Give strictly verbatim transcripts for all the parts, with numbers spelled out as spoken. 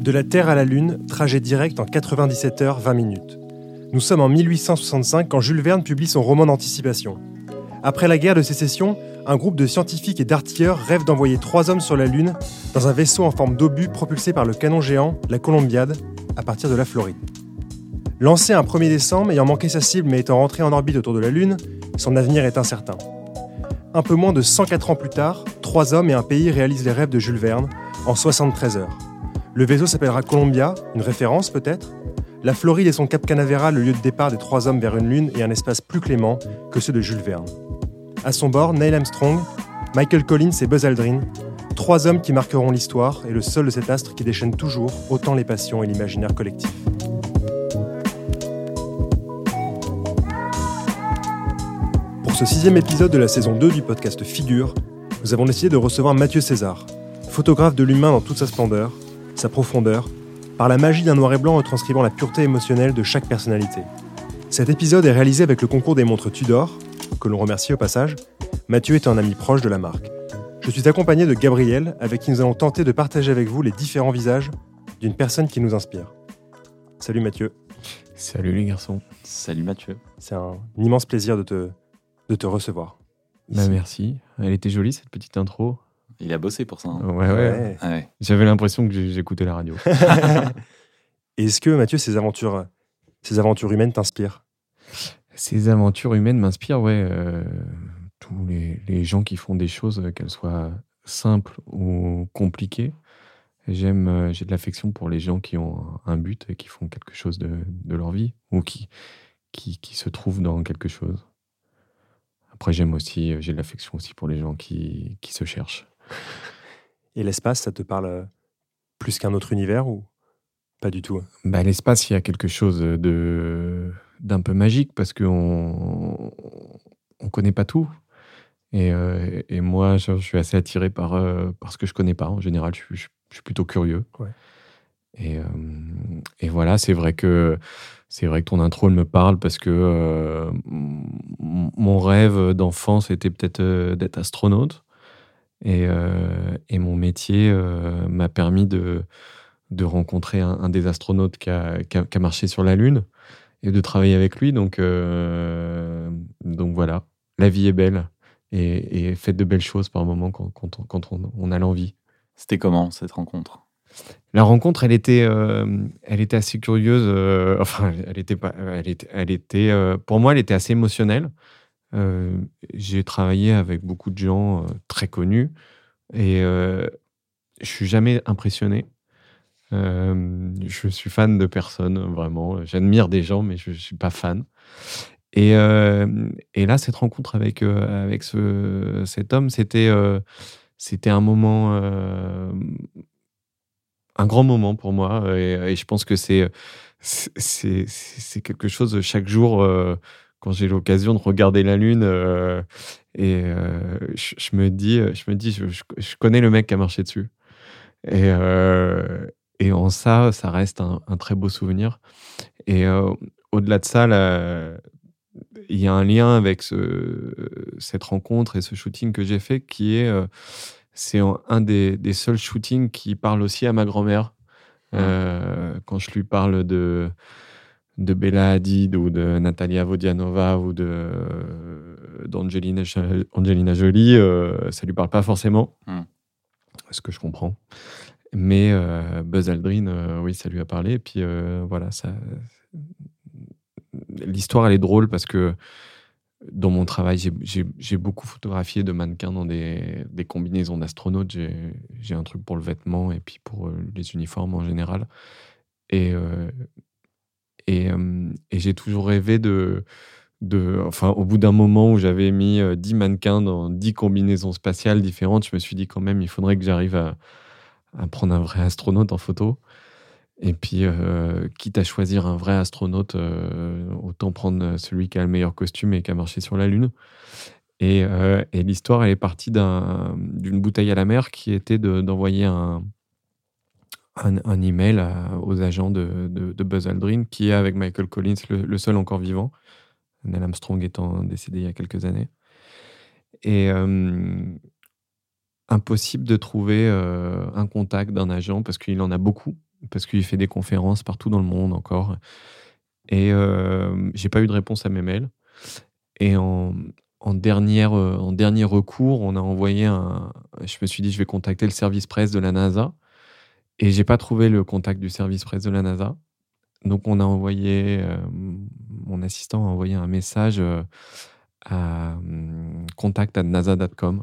De la Terre à la Lune, trajet direct en quatre-vingt-dix-sept heures vingt minutes. Nous sommes en mille huit cent soixante-cinq quand Jules Verne publie son roman d'anticipation. Après la guerre de sécession, un groupe de scientifiques et d'artilleurs rêve d'envoyer trois hommes sur la Lune dans un vaisseau en forme d'obus propulsé par le canon géant, la Columbiad, à partir de la Floride. Lancé un premier décembre, ayant manqué sa cible mais étant rentré en orbite autour de la Lune, son avenir est incertain. Un peu moins de cent quatre ans plus tard, trois hommes et un pays réalisent les rêves de Jules Verne en soixante-treize heures. Le vaisseau s'appellera Columbia, une référence peut-être. La Floride et son Cap Canaveral, le lieu de départ des trois hommes vers une lune et un espace plus clément que ceux de Jules Verne. À son bord, Neil Armstrong, Michael Collins et Buzz Aldrin, trois hommes qui marqueront l'histoire et le seul de cet astre qui déchaîne toujours autant les passions et l'imaginaire collectif. Pour ce sixième épisode de la saison deux du podcast Figure, nous avons décidé de recevoir Mathieu César, photographe de l'humain dans toute sa splendeur, sa profondeur, par la magie d'un noir et blanc retranscrivant la pureté émotionnelle de chaque personnalité. Cet épisode est réalisé avec le concours des montres Tudor, que l'on remercie au passage. Mathieu est un ami proche de la marque. Je suis accompagné de Gabriel, avec qui nous allons tenter de partager avec vous les différents visages d'une personne qui nous inspire. Salut Mathieu. Salut les garçons. Salut Mathieu. C'est un immense plaisir de te, de te recevoir. Bah merci. Elle était jolie cette petite intro. Il a bossé pour ça. Hein. Ouais, ouais. Ouais. Ah ouais. J'avais l'impression que j'écoutais la radio. Et est-ce que Mathieu, ces aventures, ces aventures humaines t'inspirent ? Ces aventures humaines m'inspirent, ouais. Euh, tous les, les gens qui font des choses, qu'elles soient simples ou compliquées. J'aime, euh, j'ai de l'affection pour les gens qui ont un, un but et qui font quelque chose de, de leur vie ou qui, qui, qui se trouvent dans quelque chose. Après, j'aime aussi, j'ai de l'affection aussi pour les gens qui, qui se cherchent. Et l'espace, ça te parle plus qu'un autre univers ou pas du tout ? Bah, l'espace, il y a quelque chose de, d'un peu magique parce qu'on ne connaît pas tout. Et, euh, et moi, je, je suis assez attiré par, euh, par ce que je ne connais pas. En général, je, je, je suis plutôt curieux. Ouais. Et, euh, et voilà, c'est vrai que c'est vrai que ton intro elle me parle parce que euh, mon rêve d'enfant, c'était peut-être euh, d'être astronaute. Et, euh, et mon métier euh, m'a permis de, de rencontrer un, un des astronautes qui a, qui, a, qui a marché sur la Lune et de travailler avec lui. Donc, euh, donc voilà, la vie est belle et, et faites de belles choses par moments quand, quand, on, quand on, on a l'envie. C'était comment cette rencontre ? La rencontre, elle était, euh, elle était assez curieuse. Euh, enfin, elle était pas, elle était, elle était, euh, pour moi, elle était assez émotionnelle. Euh, j'ai travaillé avec beaucoup de gens euh, très connus et euh, je suis jamais impressionné. Euh, je suis fan de personne, vraiment. J'admire des gens, mais je, je suis pas fan. Et, euh, et là, cette rencontre avec euh, avec ce, cet homme, c'était euh, c'était un moment. Euh, un grand moment pour moi et, et je pense que c'est, c'est, c'est, c'est quelque chose chaque jour euh, quand j'ai l'occasion de regarder la Lune euh, et euh, je, je me dis, je, me dis je, je connais le mec qui a marché dessus et, euh, et en ça, ça reste un, un très beau souvenir et euh, au-delà de ça, là, il y a un lien avec ce, cette rencontre et ce shooting que j'ai fait qui est euh, c'est un des, des seuls shootings qui parle aussi à ma grand-mère. Euh, quand je lui parle de, de Bella Hadid ou de Natalia Vodianova ou de, d'Angelina Angelina Jolie, euh, ça lui parle pas forcément. Mm. Ce que je comprends. Mais euh, Buzz Aldrin, euh, oui, ça lui a parlé. Et puis euh, voilà, ça... l'histoire, elle est drôle parce que dans mon travail, j'ai, j'ai, j'ai beaucoup photographié de mannequins dans des, des combinaisons d'astronautes. J'ai, j'ai un truc pour le vêtement et puis pour euh, les uniformes en général. Et, euh, et, euh, et j'ai toujours rêvé de, de... Enfin, au bout d'un moment où j'avais mis euh, dix mannequins dans dix combinaisons spatiales différentes, je me suis dit quand même, il faudrait que j'arrive à, à prendre un vrai astronaute en photo. Et puis, euh, quitte à choisir un vrai astronaute, euh, autant prendre celui qui a le meilleur costume et qui a marché sur la Lune. Et, euh, et l'histoire, elle est partie d'un, d'une bouteille à la mer qui était de, d'envoyer un, un, un email à, aux agents de, de, de Buzz Aldrin, qui est avec Michael Collins, le, le seul encore vivant, Neil Armstrong étant décédé il y a quelques années. Et euh, impossible de trouver euh, un contact d'un agent, parce qu'il en a beaucoup. parce qu'il fait des conférences partout dans le monde encore. Et euh, j'ai pas eu de réponse à mes mails. Et en, en, dernière, euh, en dernier recours, on a envoyé un... Je me suis dit, je vais contacter le service presse de la NASA. Et j'ai pas trouvé le contact du service presse de la NASA. Donc, on a envoyé... Euh, mon assistant a envoyé un message euh, à euh, contact arobase nasa point com.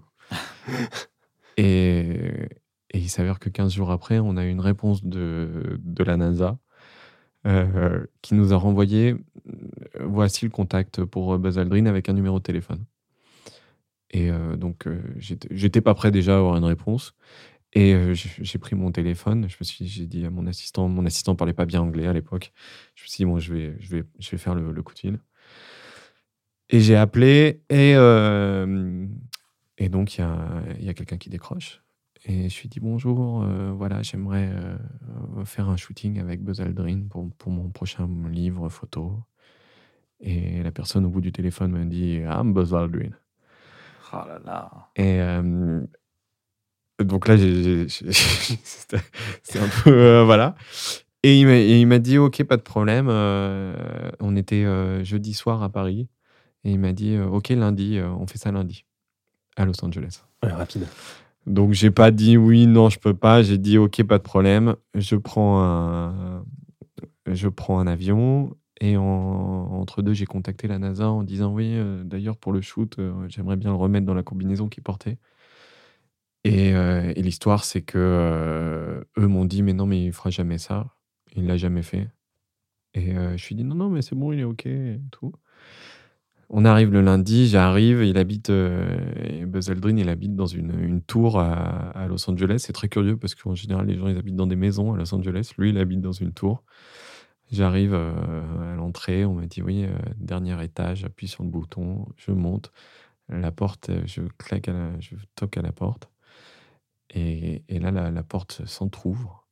et, et il s'avère que quinze jours après, on a eu une réponse de, de la NASA euh, qui nous a renvoyé euh, voici le contact pour Buzz Aldrin avec un numéro de téléphone. Et euh, donc, euh, j'étais, j'étais pas prêt déjà à avoir une réponse. Et euh, j'ai, j'ai pris mon téléphone. Je me suis, j'ai dit à mon assistant, mon assistant parlait pas bien anglais à l'époque. Je me suis dit, bon, je vais, je vais, je vais faire le, le coup de fil. Et j'ai appelé et, euh, et donc, il y a, y a quelqu'un qui décroche. Et je lui ai dit, bonjour, euh, voilà, j'aimerais euh, faire un shooting avec Buzz Aldrin pour, pour mon prochain livre photo. Et la personne au bout du téléphone me dit, I'm Buzz Aldrin. Oh là là. Et euh, donc là, j'ai, j'ai, j'ai, c'était, c'était un peu... Euh, voilà. Et il, m'a, et il m'a dit, OK, pas de problème. Euh, on était euh, jeudi soir à Paris. Et il m'a dit, euh, OK, lundi, euh, on fait ça lundi, à Los Angeles. Ouais, rapide. Donc, j'ai pas dit oui, non, je peux pas. J'ai dit, OK, pas de problème. Je prends un, je prends un avion. Et en, entre deux, j'ai contacté la NASA en disant, oui, euh, d'ailleurs, pour le shoot, euh, j'aimerais bien le remettre dans la combinaison qu'il portait. Et, euh, et l'histoire, c'est que euh, eux m'ont dit, mais non, mais il fera jamais ça. Il l'a jamais fait. Et euh, je lui ai dit, non, non, mais c'est bon, il est OK et tout. On arrive le lundi, j'arrive, il habite, euh, Buzz Aldrin, il habite dans une, une tour à, à Los Angeles. C'est très curieux parce qu'en général, les gens, ils habitent dans des maisons à Los Angeles. Lui, il habite dans une tour. J'arrive euh, à l'entrée, on m'a dit, oui, euh, dernier étage, j'appuie sur le bouton, je monte. La porte, je claque, à la, je toque à la porte. Et, et là, la, la porte s'entrouvre.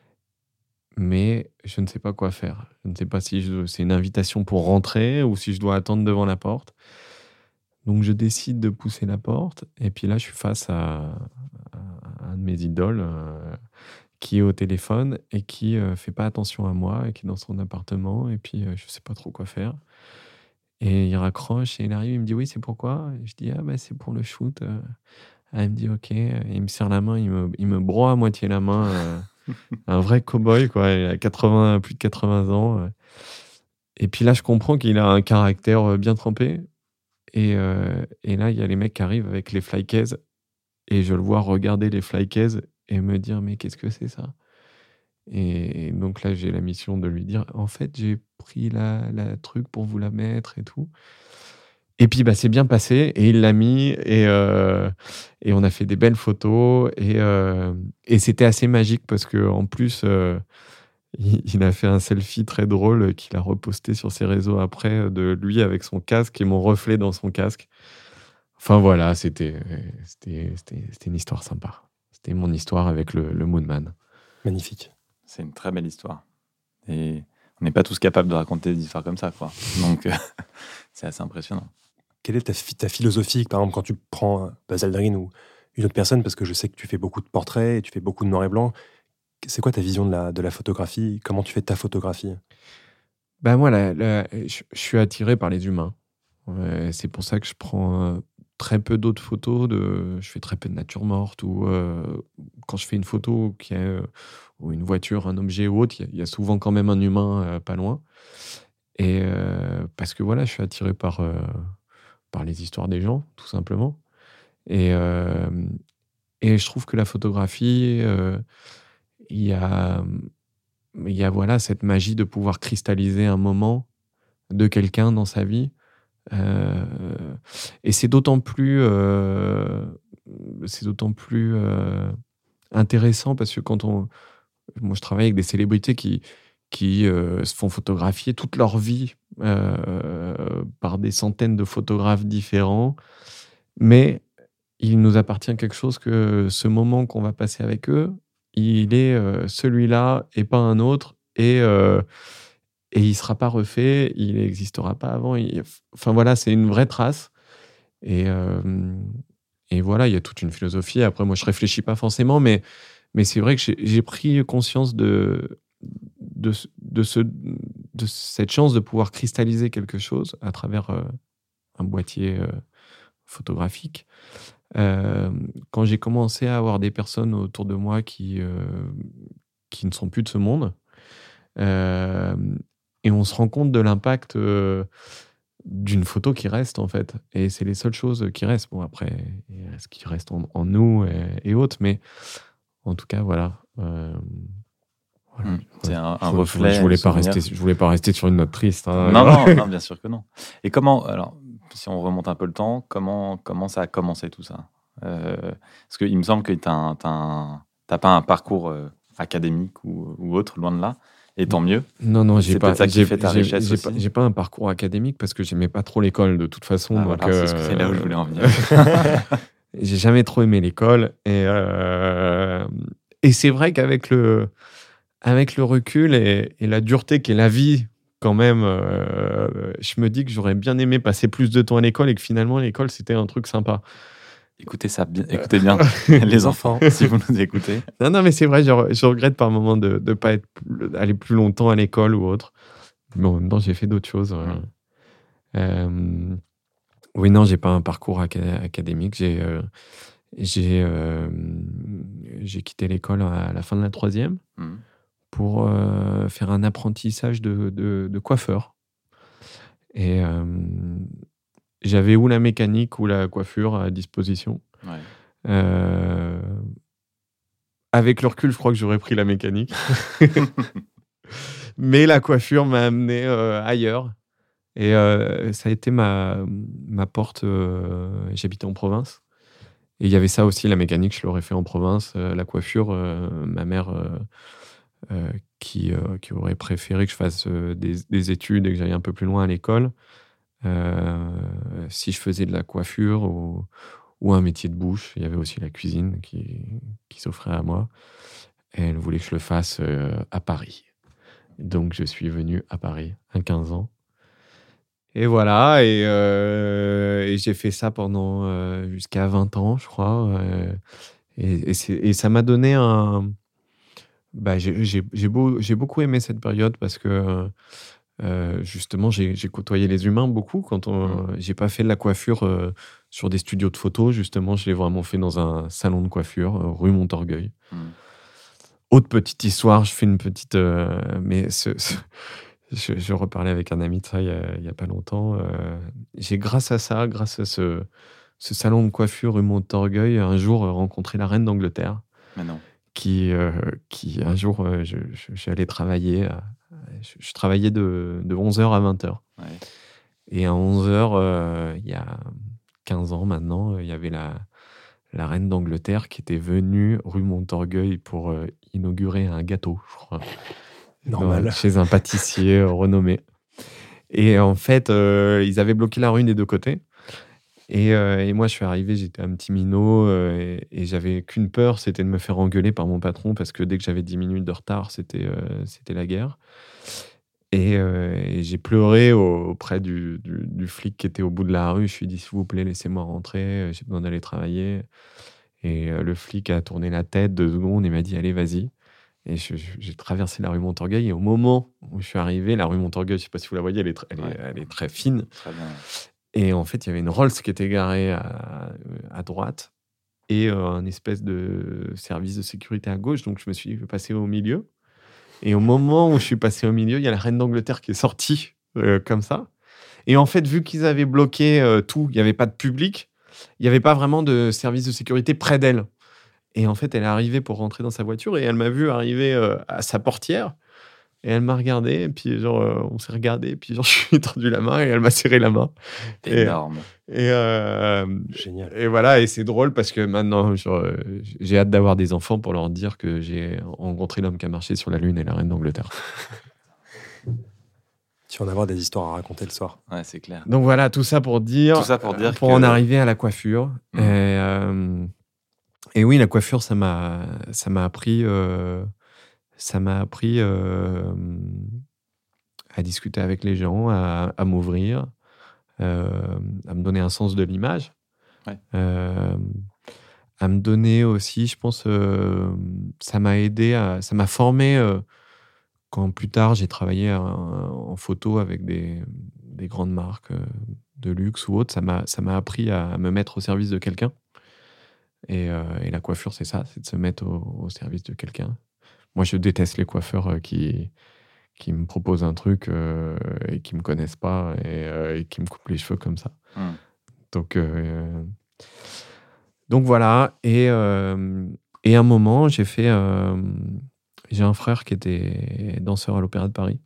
Mais je ne sais pas quoi faire. Je ne sais pas si je, c'est une invitation pour rentrer ou si je dois attendre devant la porte. Donc, je décide de pousser la porte. Et puis là, je suis face à, à un de mes idoles euh, qui est au téléphone et qui ne euh, fait pas attention à moi et qui est dans son appartement. Et puis, euh, je ne sais pas trop quoi faire. Et il raccroche et il arrive. Il me dit, oui, c'est pourquoi ? Et je dis, ah, bah, c'est pour le shoot. Euh, Ah, il me dit OK. Et il me serre la main, il me, il me broie à moitié la main. Euh, un vrai cow-boy, quoi. Il a quatre-vingts, plus de quatre-vingts ans. Euh. Et puis là, je comprends qu'il a un caractère bien trempé. Et, euh, et là, il y a les mecs qui arrivent avec les fly cases. Et je le vois regarder les fly cases et me dire, mais qu'est-ce que c'est ça ? Et donc là, j'ai la mission de lui dire, en fait, j'ai pris la, la truc pour vous la mettre et tout. Et puis, bah, c'est bien passé et il l'a mis et, euh, et on a fait des belles photos et, euh, et c'était assez magique parce qu'en plus, euh, il, il a fait un selfie très drôle qu'il a reposté sur ses réseaux après de lui avec son casque et mon reflet dans son casque. Enfin voilà, c'était, c'était, c'était, c'était une histoire sympa. C'était mon histoire avec le, le Moonman. Magnifique. C'est une très belle histoire. Et on n'est pas tous capables de raconter des histoires comme ça, quoi. Donc, euh, c'est assez impressionnant. Quelle est ta, ta philosophie, par exemple, quand tu prends Buzz Aldrin ou une autre personne, parce que je sais que tu fais beaucoup de portraits et tu fais beaucoup de noir et blanc. C'est quoi ta vision de la, de la photographie ? Comment tu fais ta photographie ? Ben moi, la, la, je, je suis attiré par les humains. Ouais, c'est pour ça que je prends euh, très peu d'autres photos. De, je fais très peu de nature morte. Ou euh, quand je fais une photo qui est euh, ou une voiture, un objet ou autre, il y, y a souvent quand même un humain euh, pas loin. Et euh, parce que voilà, je suis attiré par euh, par les histoires des gens, tout simplement. Et, euh, et je trouve que la photographie, euh, il y a, il y a voilà, cette magie de pouvoir cristalliser un moment de quelqu'un dans sa vie. Euh, et c'est d'autant plus, euh, c'est d'autant plus euh, intéressant parce que quand on... Moi, je travaille avec des célébrités qui, qui euh, se font photographier toute leur vie euh, par des centaines de photographes différents. Mais il nous appartient quelque chose que ce moment qu'on va passer avec eux, il est euh, celui-là et pas un autre. Et, euh, et il ne sera pas refait, il n'existera pas avant. Il... Enfin voilà, c'est une vraie trace. Et, euh, et voilà, il y a toute une philosophie. Après, moi, je ne réfléchis pas forcément, mais, mais c'est vrai que j'ai, j'ai pris conscience de, de, de, ce, de cette chance de pouvoir cristalliser quelque chose à travers euh, un boîtier euh, photographique. Euh, quand j'ai commencé à avoir des personnes autour de moi qui, euh, qui ne sont plus de ce monde, euh, et on se rend compte de l'impact euh, d'une photo qui reste, en fait. Et c'est les seules choses qui restent. Bon, après, il y a ce qui reste en, en nous et, et autres, mais en tout cas, voilà. Euh, voilà. Mmh. C'est un, un je, reflet. Je, je voulais un pas souvenir. rester, je voulais pas rester sur une note triste. Hein. Non, non, non, bien sûr que non. Et comment, alors, si on remonte un peu le temps, comment, comment ça a commencé tout ça euh, Parce qu'il me semble que tu n'as pas un parcours euh, académique ou, ou autre, loin de là. Et tant mieux. Non, non, j'ai c'est pas, peut-être ça qui j'ai, fait ta j'ai, richesse j'ai aussi. pas, j'ai pas un parcours académique parce que j'aimais pas trop l'école de toute façon. Ah, donc, voilà, euh, c'est, ce que c'est là où je voulais en venir. J'ai jamais trop aimé l'école. Et, euh, et c'est vrai qu'avec le, avec le recul et, et la dureté qu'est la vie, quand même, euh, je me dis que j'aurais bien aimé passer plus de temps à l'école et que finalement, l'école, c'était un truc sympa. Écoutez ça, bien, écoutez bien, les enfants, si vous nous écoutez. Non, non, mais c'est vrai, je, je regrette par moment de ne pas être, aller plus longtemps à l'école ou autre. Mais en même temps, j'ai fait d'autres choses. Ouais. Mmh. Euh, oui, non, j'ai pas un parcours aca- académique. J'ai, euh, j'ai, euh, j'ai quitté l'école à la fin de la troisième mmh. pour euh, faire un apprentissage de, de, de coiffeur. Et euh, j'avais ou la mécanique ou la coiffure à disposition. Ouais. Euh, avec le recul, je crois que j'aurais pris la mécanique. Mais la coiffure m'a amené euh, ailleurs. Et euh, ça a été ma, ma porte. Euh, j'habitais en province. Et il y avait ça aussi, la mécanique, je l'aurais fait en province. Euh, la coiffure, euh, ma mère, euh, euh, qui, euh, qui aurait préféré que je fasse euh, des, des études et que j'aille un peu plus loin à l'école. Euh, si je faisais de la coiffure ou, ou un métier de bouche, il y avait aussi la cuisine qui, qui s'offrait à moi. Et elle voulait que je le fasse euh, à Paris. Donc, je suis venu à Paris à quinze ans. Et voilà, et, euh, et j'ai fait ça pendant euh, jusqu'à vingt ans, je crois. Euh, et, et, c'est, et ça m'a donné un... Bah, j'ai, j'ai, j'ai, beau, j'ai beaucoup aimé cette période parce que euh, justement, j'ai, j'ai côtoyé les humains beaucoup. Quand on, mmh. J'ai pas fait de la coiffure euh, sur des studios de photos, justement, je l'ai vraiment fait dans un salon de coiffure, euh, rue Montorgueil. Mmh. Autre petite histoire, je fais une petite... Euh, mais ce, ce, je, je reparlais avec un ami de ça il y a, il y a pas longtemps. Euh, j'ai, grâce à ça, grâce à ce, ce salon de coiffure rue Montorgueil, un jour euh, rencontré la reine d'Angleterre. Mais non. Qui, euh, qui un jour, euh, je, je, j'allais travailler. À, je, je travaillais de, de onze heures à vingt heures. Ouais. Et à onze heures, euh, il y a quinze ans maintenant, il y avait la, la reine d'Angleterre qui était venue rue Montorgueil pour euh, inaugurer un gâteau, je crois. Normal. Dans, chez un pâtissier euh, renommé. Et en fait, euh, ils avaient bloqué la rue des deux côtés. Et, euh, et moi, je suis arrivé, j'étais un petit minot euh, et, et j'avais qu'une peur, c'était de me faire engueuler par mon patron parce que dès que j'avais dix minutes de retard, c'était, euh, c'était la guerre. Et, euh, et j'ai pleuré au, auprès du, du, du flic qui était au bout de la rue. Je lui ai dit, s'il vous plaît, laissez-moi rentrer, j'ai besoin d'aller travailler. Et euh, le flic a tourné la tête deux secondes et m'a dit, allez, vas-y. Et je, je, j'ai traversé la rue Montorgueil. Et au moment où je suis arrivé, la rue Montorgueil, je ne sais pas si vous la voyez, elle est, tr- elle, ouais. est, elle est très fine. Très bien. Et en fait, il y avait une Rolls qui était garée à, à droite et euh, un espèce de service de sécurité à gauche. Donc, je me suis passé au milieu. Et au moment où je suis passé au milieu, il y a la reine d'Angleterre qui est sortie euh, comme ça. Et en fait, vu qu'ils avaient bloqué euh, tout, il n'y avait pas de public, il n'y avait pas vraiment de service de sécurité près d'elle. Et en fait, elle est arrivée pour rentrer dans sa voiture et elle m'a vu arriver euh, à sa portière. Et elle m'a regardé, et puis genre, euh, on s'est regardé, et puis genre, je lui ai tendu la main, et elle m'a serré la main. Énorme. Et, et, euh, Génial. Et voilà, et c'est drôle parce que maintenant, genre, j'ai hâte d'avoir des enfants pour leur dire que j'ai rencontré l'homme qui a marché sur la Lune et la reine d'Angleterre. Tu vas en avoir des histoires à raconter le soir. Ouais, c'est clair. Donc voilà, tout ça pour dire, tout ça pour, dire pour que... en arriver à la coiffure. Mmh. Et, euh, et oui, la coiffure, ça m'a, ça m'a appris... Euh, ça m'a appris euh, à discuter avec les gens, à, à m'ouvrir, euh, à me donner un sens de l'image, ouais. euh, à me donner aussi, je pense, euh, ça m'a aidé, à, ça m'a formé euh, quand plus tard j'ai travaillé à- en photo avec des, des grandes marques euh, de luxe ou autres. Ça m'a, ça m'a appris à me mettre au service de quelqu'un. Et, euh, et la coiffure, c'est ça, c'est de se mettre au, au service de quelqu'un. Moi, je déteste les coiffeurs euh, qui, qui me proposent un truc euh, et qui me connaissent pas et, euh, et qui me coupent les cheveux comme ça. Hmm. Donc, euh, donc voilà. Et, euh, et à un moment, j'ai fait. euh, j'ai un frère qui était danseur à l'Opéra de Paris.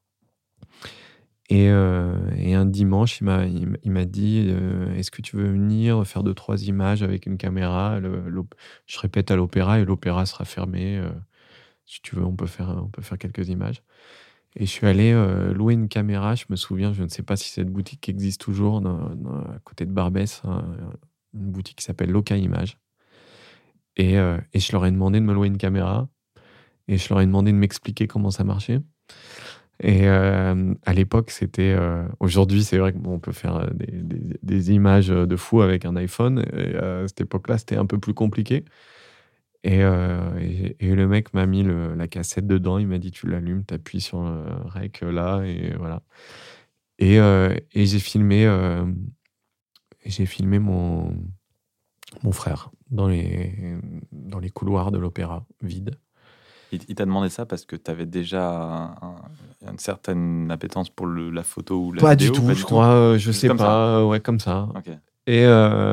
Et, euh, et un dimanche, il m'a, il m'a- il m'a dit euh, est-ce que tu veux venir faire deux, trois images avec une caméra? Le- l'op- Je répète à l'opéra et l'opéra sera fermé. euh, si tu veux, on peut faire, on peut faire quelques images. Et je suis allé euh, louer une caméra. Je me souviens, je ne sais pas si cette boutique existe toujours, dans- dans- à côté de Barbès, hein, une boutique qui s'appelle Loca Images. Et, euh, et je leur ai demandé de me louer une caméra. Et je leur ai demandé de m'expliquer comment ça marchait. Et euh, à l'époque, c'était. euh, Aujourd'hui, c'est vrai qu'on peut faire euh, des, des- des images de fou avec un iPhone. Et à cette époque-là, c'était un peu plus compliqué. Et, euh, et, et le mec m'a mis le- la cassette dedans. Il m'a dit tu l'allumes, t'appuies sur le rec là, et voilà. Et, euh, et j'ai filmé, euh, j'ai filmé mon, mon frère dans les, dans les couloirs de l'opéra, vide. Il, il t'a demandé ça parce que tu avais déjà un- un- une certaine appétence pour le- la photo ou la Pas vidéo du tout, pas je du crois. euh, Je Juste sais comme ça. pas. Ouais, comme ça. Ok. Et, euh,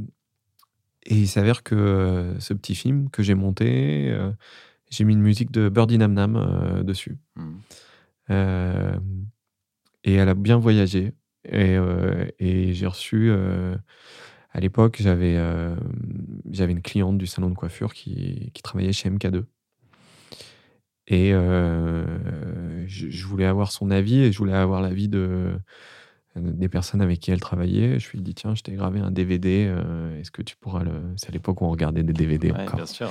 et il s'avère que euh, ce petit film que j'ai monté, euh, j'ai mis une musique de Birdie Nam Nam euh, dessus. Hmm. Euh, et elle a bien voyagé. Et, euh, et j'ai reçu, euh, à l'époque, j'avais euh, j'avais une cliente du salon de coiffure qui, qui travaillait chez M K deux. Et euh, je, je voulais avoir son avis et je voulais avoir l'avis de, des personnes avec qui elle travaillait. Je lui ai dit, tiens, je t'ai gravé un D V D, euh, est-ce que tu pourras le... C'est à l'époque où on regardait des D V D Ouais, encore. bien sûr.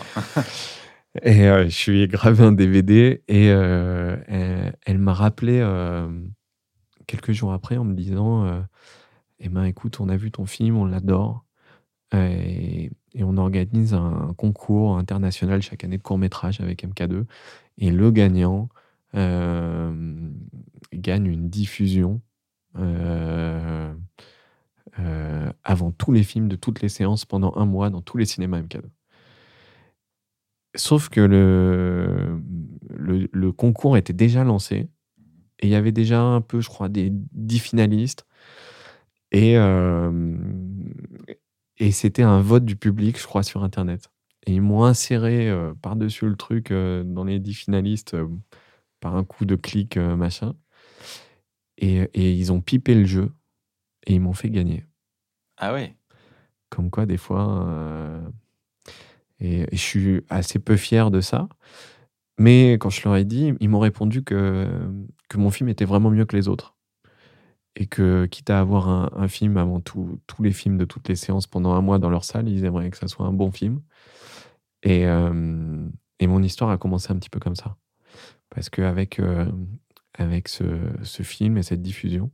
Et euh, je lui ai gravé un D V D et euh, elle, elle m'a rappelé euh, quelques jours après en me disant euh, eh ben, écoute, on a vu ton film, on l'adore. Euh, Et, et on organise un concours international chaque année de court-métrage avec M K deux. Et le gagnant euh, gagne une diffusion euh, euh, avant tous les films de toutes les séances pendant un mois dans tous les cinémas M K deux. Sauf que le, le, le concours était déjà lancé et il y avait déjà un peu, je crois, des dix finalistes. Et, euh, et c'était un vote du public, je crois, sur Internet. Et ils m'ont inséré euh, par-dessus le truc euh, dans les dix finalistes euh, par un coup de clic, euh, machin. Et, et ils ont pipé le jeu et ils m'ont fait gagner. Ah ouais. Comme quoi, des fois... euh, et, et je suis assez peu fier de ça. Mais quand je leur ai dit, ils m'ont répondu que, que mon film était vraiment mieux que les autres. Et que, quitte à avoir un, un film avant tout- tous les films de toutes les séances pendant un mois dans leur salle, ils aimeraient que ça soit un bon film. Et, euh, et mon histoire a commencé un petit peu comme ça. Parce qu'avec euh, avec ce, ce film et cette diffusion,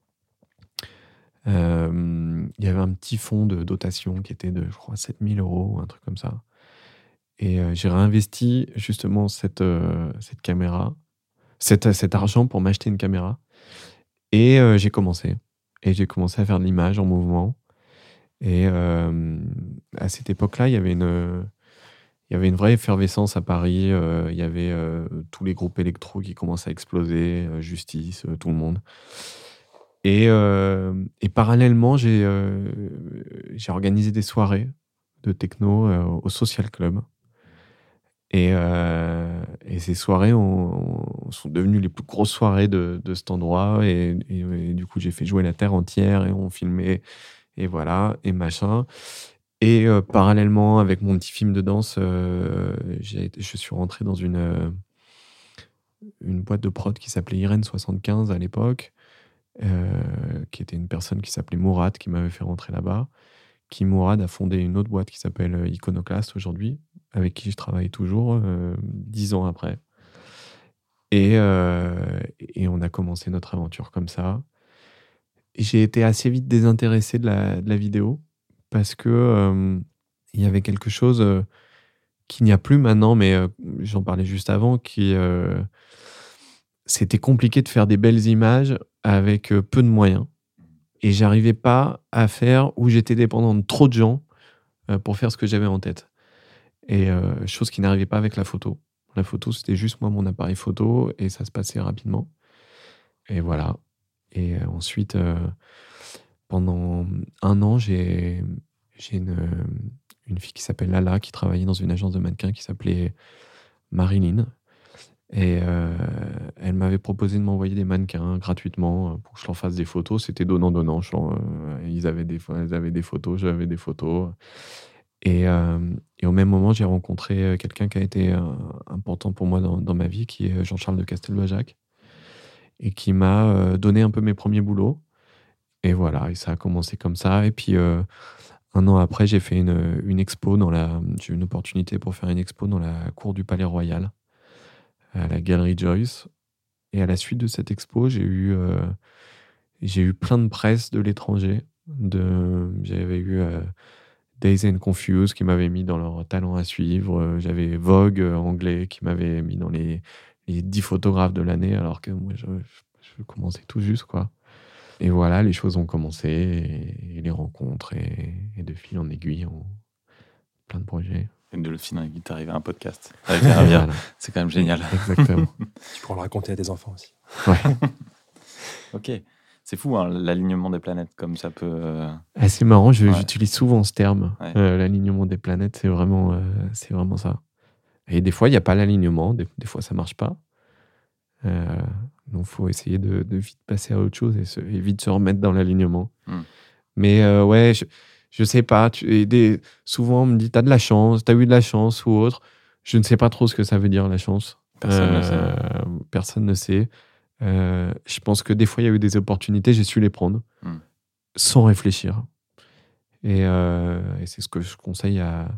euh, il y avait un petit fonds de dotation qui était de, je crois, sept mille euros ou un truc comme ça. Et euh, j'ai réinvesti justement cette, euh, cette caméra, cet, cet argent pour m'acheter une caméra. Et euh, j'ai commencé. Et j'ai commencé à faire de l'image en mouvement. Et euh, à cette époque-là, il y avait une, il y avait une vraie effervescence à Paris. Euh, il y avait euh, tous les groupes électro qui commençaient à exploser, euh, Justice, euh, tout le monde. Et, euh, et parallèlement, j'ai euh, j'ai organisé des soirées de techno euh, au Social Club. Et, euh, et ces soirées ont- sont devenues les plus grosses soirées de, de cet endroit. Et, et- et du coup, j'ai fait jouer la terre entière et on filmait. Et voilà, et machin. Et euh, parallèlement, avec mon petit film de danse, euh, j'ai été- je suis rentré dans une, euh, une boîte de prod qui s'appelait Irène soixante-quinze à l'époque, euh, qui était une personne qui s'appelait Mourad, qui m'avait fait rentrer là-bas. Qui, Mourad, a fondé une autre boîte qui s'appelle euh, Iconoclast aujourd'hui, avec qui je travaille toujours, euh, dix ans après. Et, euh, et on a commencé notre aventure comme ça. Et j'ai été assez vite désintéressé de la, de la vidéo, parce que... euh, il y avait quelque chose euh, qu'il n'y a plus maintenant, mais euh, j'en parlais juste avant, qui euh, c'était compliqué de faire des belles images avec euh, peu de moyens. Et j'arrivais pas à faire où j'étais dépendant de trop de gens euh, pour faire ce que j'avais en tête. Et euh, chose qui n'arrivait pas avec la photo. La photo, c'était juste moi, mon appareil photo, et ça se passait rapidement. Et voilà. Et euh, ensuite, euh, pendant un an, j'ai, j'ai une, une fille qui s'appelle Lala, qui travaillait dans une agence de mannequins qui s'appelait Marilyn. Et euh, elle m'avait proposé de m'envoyer des mannequins gratuitement pour que je leur fasse des photos. C'était donnant-donnant. Genre, euh, ils avaient des, ils avaient des photos, j'avais des photos. Et, euh, et au même moment, j'ai rencontré quelqu'un qui a été euh, important pour moi dans, dans ma vie, qui est Jean-Charles de Castelbajac, et qui m'a euh, donné un peu mes premiers boulots. Et voilà, et ça a commencé comme ça. Et puis, euh, un an après, j'ai fait une, une expo dans la... J'ai eu une opportunité pour faire une expo dans la cour du Palais Royal, à la Galerie Joyce. Et à la suite de cette expo, j'ai eu, euh, j'ai eu plein de presse de l'étranger. De, j'avais eu euh, Dazed and Confused qui m'avait mis dans leur talent à suivre. J'avais Vogue euh, anglais qui m'avait mis dans les, les dix photographes de l'année, alors que moi, je, je, je commençais tout juste, quoi. Et voilà, les choses ont commencé, et, et les rencontres, et, et de fil en aiguille, on, plein de projets. Et de le fil en aiguille, t'arrives à un podcast avec les Ravières. Voilà. C'est quand même génial. Exactement. Tu pourras le raconter à tes enfants aussi. Ouais. Ok. C'est fou, hein, l'alignement des planètes, comme ça peut... Euh... Ah, c'est marrant, je, ouais. j'utilise souvent ce terme. Ouais. Euh, l'alignement des planètes, c'est vraiment, euh, c'est vraiment ça. Et des fois, il n'y a pas l'alignement, des, des fois, ça ne marche pas. Euh, donc, il faut essayer de, de vite passer à autre chose et, se, et vite se remettre dans l'alignement. Mm. Mais euh, ouais, je, je sais pas. Tu, et des, souvent, on me dit, t'as de la chance, t'as eu de la chance ou autre. Je ne sais pas trop ce que ça veut dire, la chance. Personne euh, ne sait. Personne ne sait. Euh, je pense que des fois, il y a eu des opportunités, j'ai su les prendre mm. sans réfléchir. Et, euh, et c'est ce que je conseille à,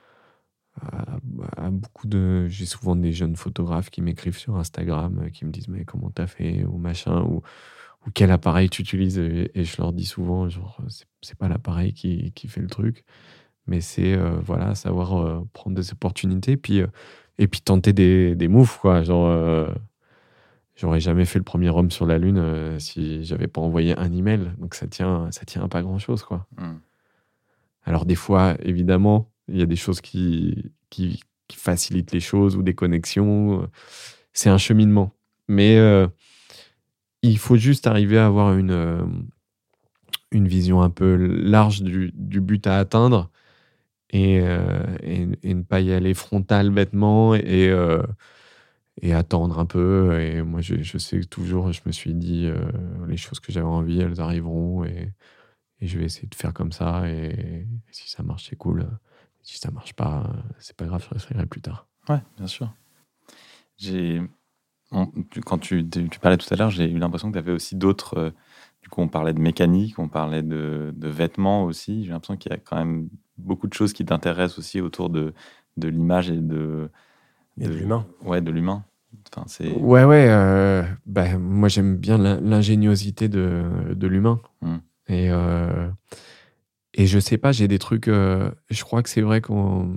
à, à beaucoup de... J'ai souvent des jeunes photographes qui m'écrivent sur Instagram, qui me disent « Mais comment t'as fait ?» ou machin, ou, ou « Quel appareil tu utilises ?» et, et je leur dis souvent, genre, c'est, c'est pas l'appareil qui, qui fait le truc, mais c'est, euh, voilà, savoir euh, prendre des opportunités, puis, euh, et puis tenter des, des moves, quoi. Genre... Euh, J'aurais jamais fait le premier homme sur la Lune euh, si j'avais pas envoyé un email. Donc ça tient, ça tient à pas grand-chose, quoi. Mm. Alors des fois, évidemment, il y a des choses qui, qui, qui facilitent les choses ou des connexions. C'est un cheminement. Mais euh, il faut juste arriver à avoir une, euh, une vision un peu large du, du but à atteindre et, euh, et, et ne pas y aller frontal bêtement et... Euh, et attendre un peu. Et moi, je, je sais que toujours, je me suis dit, euh, les choses que j'avais envie, elles arriveront, et, et je vais essayer de faire comme ça. Et, et si ça marche, c'est cool. Si ça marche pas, c'est pas grave, je réessayerai plus tard. Ouais, bien sûr. J'ai... On, tu, quand tu, tu, tu parlais tout à l'heure, j'ai eu l'impression que tu avais aussi d'autres... Euh, du coup, on parlait de mécanique, on parlait de, de vêtements aussi. J'ai l'impression qu'il y a quand même beaucoup de choses qui t'intéressent aussi autour de, de l'image et de... Et de, de l'humain. Ouais, de l'humain. Enfin, c'est... Ouais, ouais. Euh, bah, moi, j'aime bien l'ingéniosité de, de l'humain. Mm. Et, euh, et je sais pas, j'ai des trucs... Euh, je crois que c'est vrai qu'on...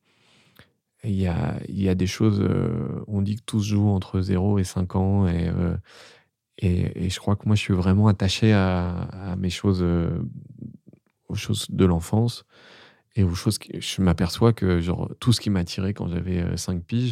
Il y a, il y a des choses... Euh, on dit que tout se joue entre zéro et cinq ans. Et, euh, et, et je crois que moi, je suis vraiment attaché à, à mes choses... Euh, aux choses de l'enfance. Et aux choses que je m'aperçois que genre, tout ce qui m'attirait quand j'avais cinq piges,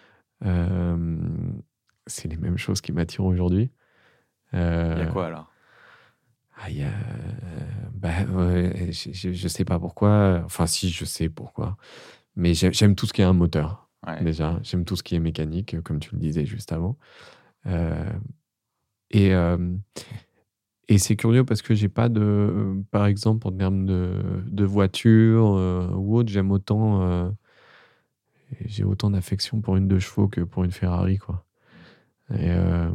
euh, c'est les mêmes choses qui m'attirent aujourd'hui. Euh, il y a quoi alors? Ah, il y a, euh, bah, ouais, je, je sais pas pourquoi. Enfin, si, je sais pourquoi. Mais j'aime, j'aime tout ce qui est un moteur. Ouais. Déjà, j'aime tout ce qui est mécanique, comme tu le disais juste avant. Euh, et euh, Et c'est curieux parce que j'ai pas de... Par exemple, en termes de, de voiture euh, ou autre, j'aime autant... Euh, j'ai autant d'affection pour une deux chevaux que pour une Ferrari, quoi. Et... Euh,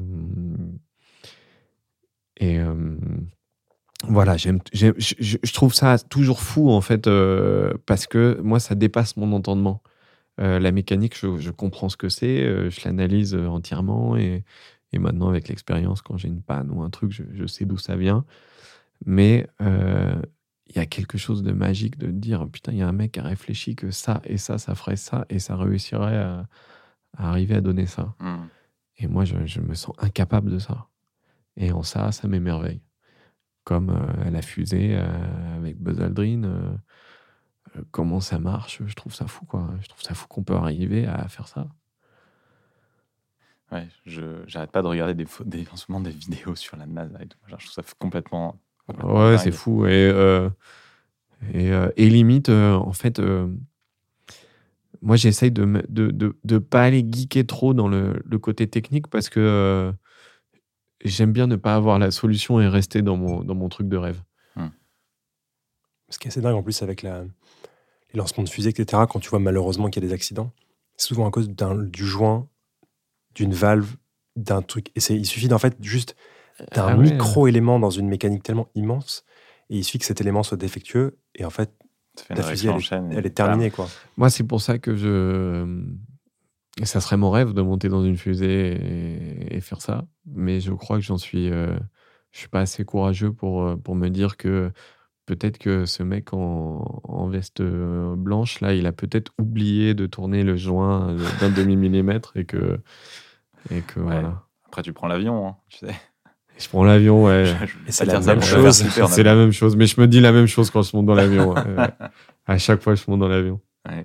et euh, voilà, j'aime, j'aime, je, je trouve ça toujours fou, en fait, euh, parce que moi, ça dépasse mon entendement. Euh, la mécanique, je, je comprends ce que c'est, euh, je l'analyse entièrement, et, et maintenant, avec l'expérience, quand j'ai une panne ou un truc, je, je sais d'où ça vient. Mais il euh, y, y a quelque chose de magique de dire putain, il y a un mec qui a réfléchi que ça et ça, ça ferait ça et ça réussirait à, à arriver à donner ça. Mm. Et moi, je, je me sens incapable de ça. Et en ça, ça m'émerveille. Comme euh, la fusée euh, avec Buzz Aldrin, euh, euh, comment ça marche, je trouve ça fou, quoi. Je trouve ça fou qu'on peut arriver à faire ça. Ouais, je j'arrête pas de regarder des, pho- des, en ce moment des vidéos sur la NASA et tout. Genre, je trouve ça complètement, complètement Ouais, dingue. c'est fou. Et, euh, et, euh, et limite, euh, en fait, euh, moi, j'essaye de ne de, de, de pas aller geeker trop dans le, le côté technique parce que euh, j'aime bien ne pas avoir la solution et rester dans mon, dans mon truc de rêve. Ce qui est assez dingue en plus avec la, les lancements de fusées, et cetera, quand tu vois malheureusement qu'il y a des accidents, c'est souvent à cause d'un, du joint, d'une valve, d'un truc. Et c'est, il suffit d'en fait juste d'un Ah ouais, micro-élément dans une mécanique tellement immense, et il suffit que cet élément soit défectueux, et en fait, Ça fait ta une fusée, réaction en elle, est- chaîne. et elle est bam. terminée, quoi. Moi, c'est pour ça que je. Et ça serait mon rêve de monter dans une fusée et, et faire ça. Mais je crois que j'en suis. Euh, je suis pas assez courageux pour, euh, pour me dire que peut-être que ce mec en, en veste euh, blanche, là, il a peut-être oublié de tourner le joint euh, d'un demi-millimètre et que. Et que Ouais. voilà. Après, tu prends l'avion, hein, tu sais. Je prends l'avion, ouais. Je- je vais Et pas c'est dire la ça même pour te chose. faire flipper en C'est avion. la même chose. Mais je me dis la même chose quand je monte dans l'avion. euh, à chaque fois, je monte dans l'avion.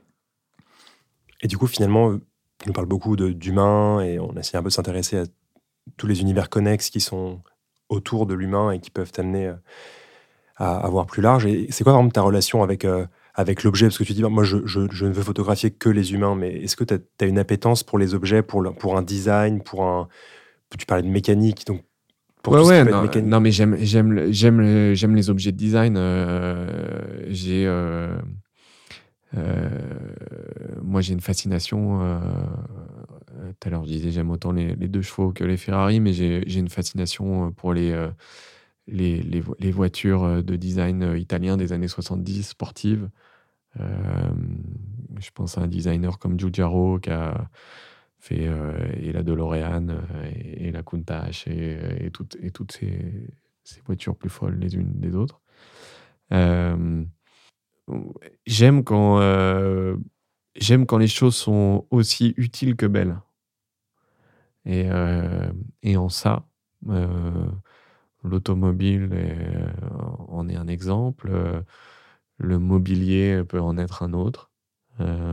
Et du coup, finalement, euh, tu nous parles beaucoup de, d'humain, et on essaie un peu de s'intéresser à tous les univers connexes qui sont autour de l'humain et qui peuvent t'amener euh, à, à voir plus large. Et c'est quoi, par exemple, ta relation avec, euh, avec l'objet? Parce que tu dis, moi, je, je, je ne veux photographier que les humains, mais est-ce que tu as une appétence pour les objets, pour, le- pour un design, pour un... Tu parlais de mécanique, donc pour Ouais, tout ce ouais, qui peut être non, mécanique. non, mais j'aime, j'aime, le- j'aime, le- j'aime les objets de design. euh, j'ai, euh, euh, moi, j'ai une fascination. euh, euh, Tout à l'heure, je disais, j'aime autant les, les deux chevaux que les Ferrari, mais j'ai, j'ai une fascination pour les, euh, les, les, vo- les voitures de design euh, italien des années soixante-dix, sportives. Euh, je pense à un designer comme Giugiaro qui a fait euh, et la DeLorean euh, et, et la Countach et, et, toutes, et toutes ces, ces voitures plus folles les unes des autres. Euh, j'aime quand euh, j'aime quand les choses sont aussi utiles que belles. Et, euh, et en ça, euh, l'automobile est- en est un exemple. euh, Le mobilier peut en être un autre. Euh,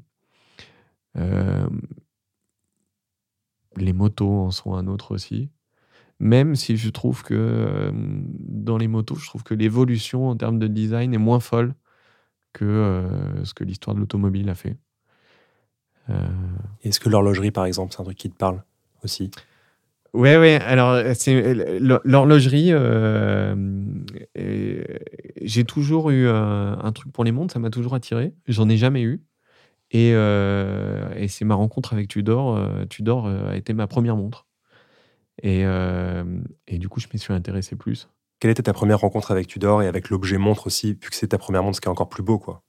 euh, les motos en sont un autre aussi. Même si je trouve que euh, dans les motos, je trouve que l'évolution en termes de design est moins folle que euh, ce que l'histoire de l'automobile a fait. Euh, Est-ce que l'horlogerie, par exemple, c'est un truc qui te parle aussi? Ouais, ouais. Alors, c'est l'hor- l'horlogerie. euh, euh, j'ai toujours eu un, un truc pour les montres, ça m'a toujours attiré. J'en ai jamais eu. Et, euh, et c'est ma rencontre avec Tudor. euh, Tudor euh, a été ma première montre. Et, euh, et du coup, je m'y suis intéressé plus. Quelle était ta première rencontre avec Tudor et avec l'objet montre aussi, vu que c'est ta première montre, ce qui est encore plus beau, quoi?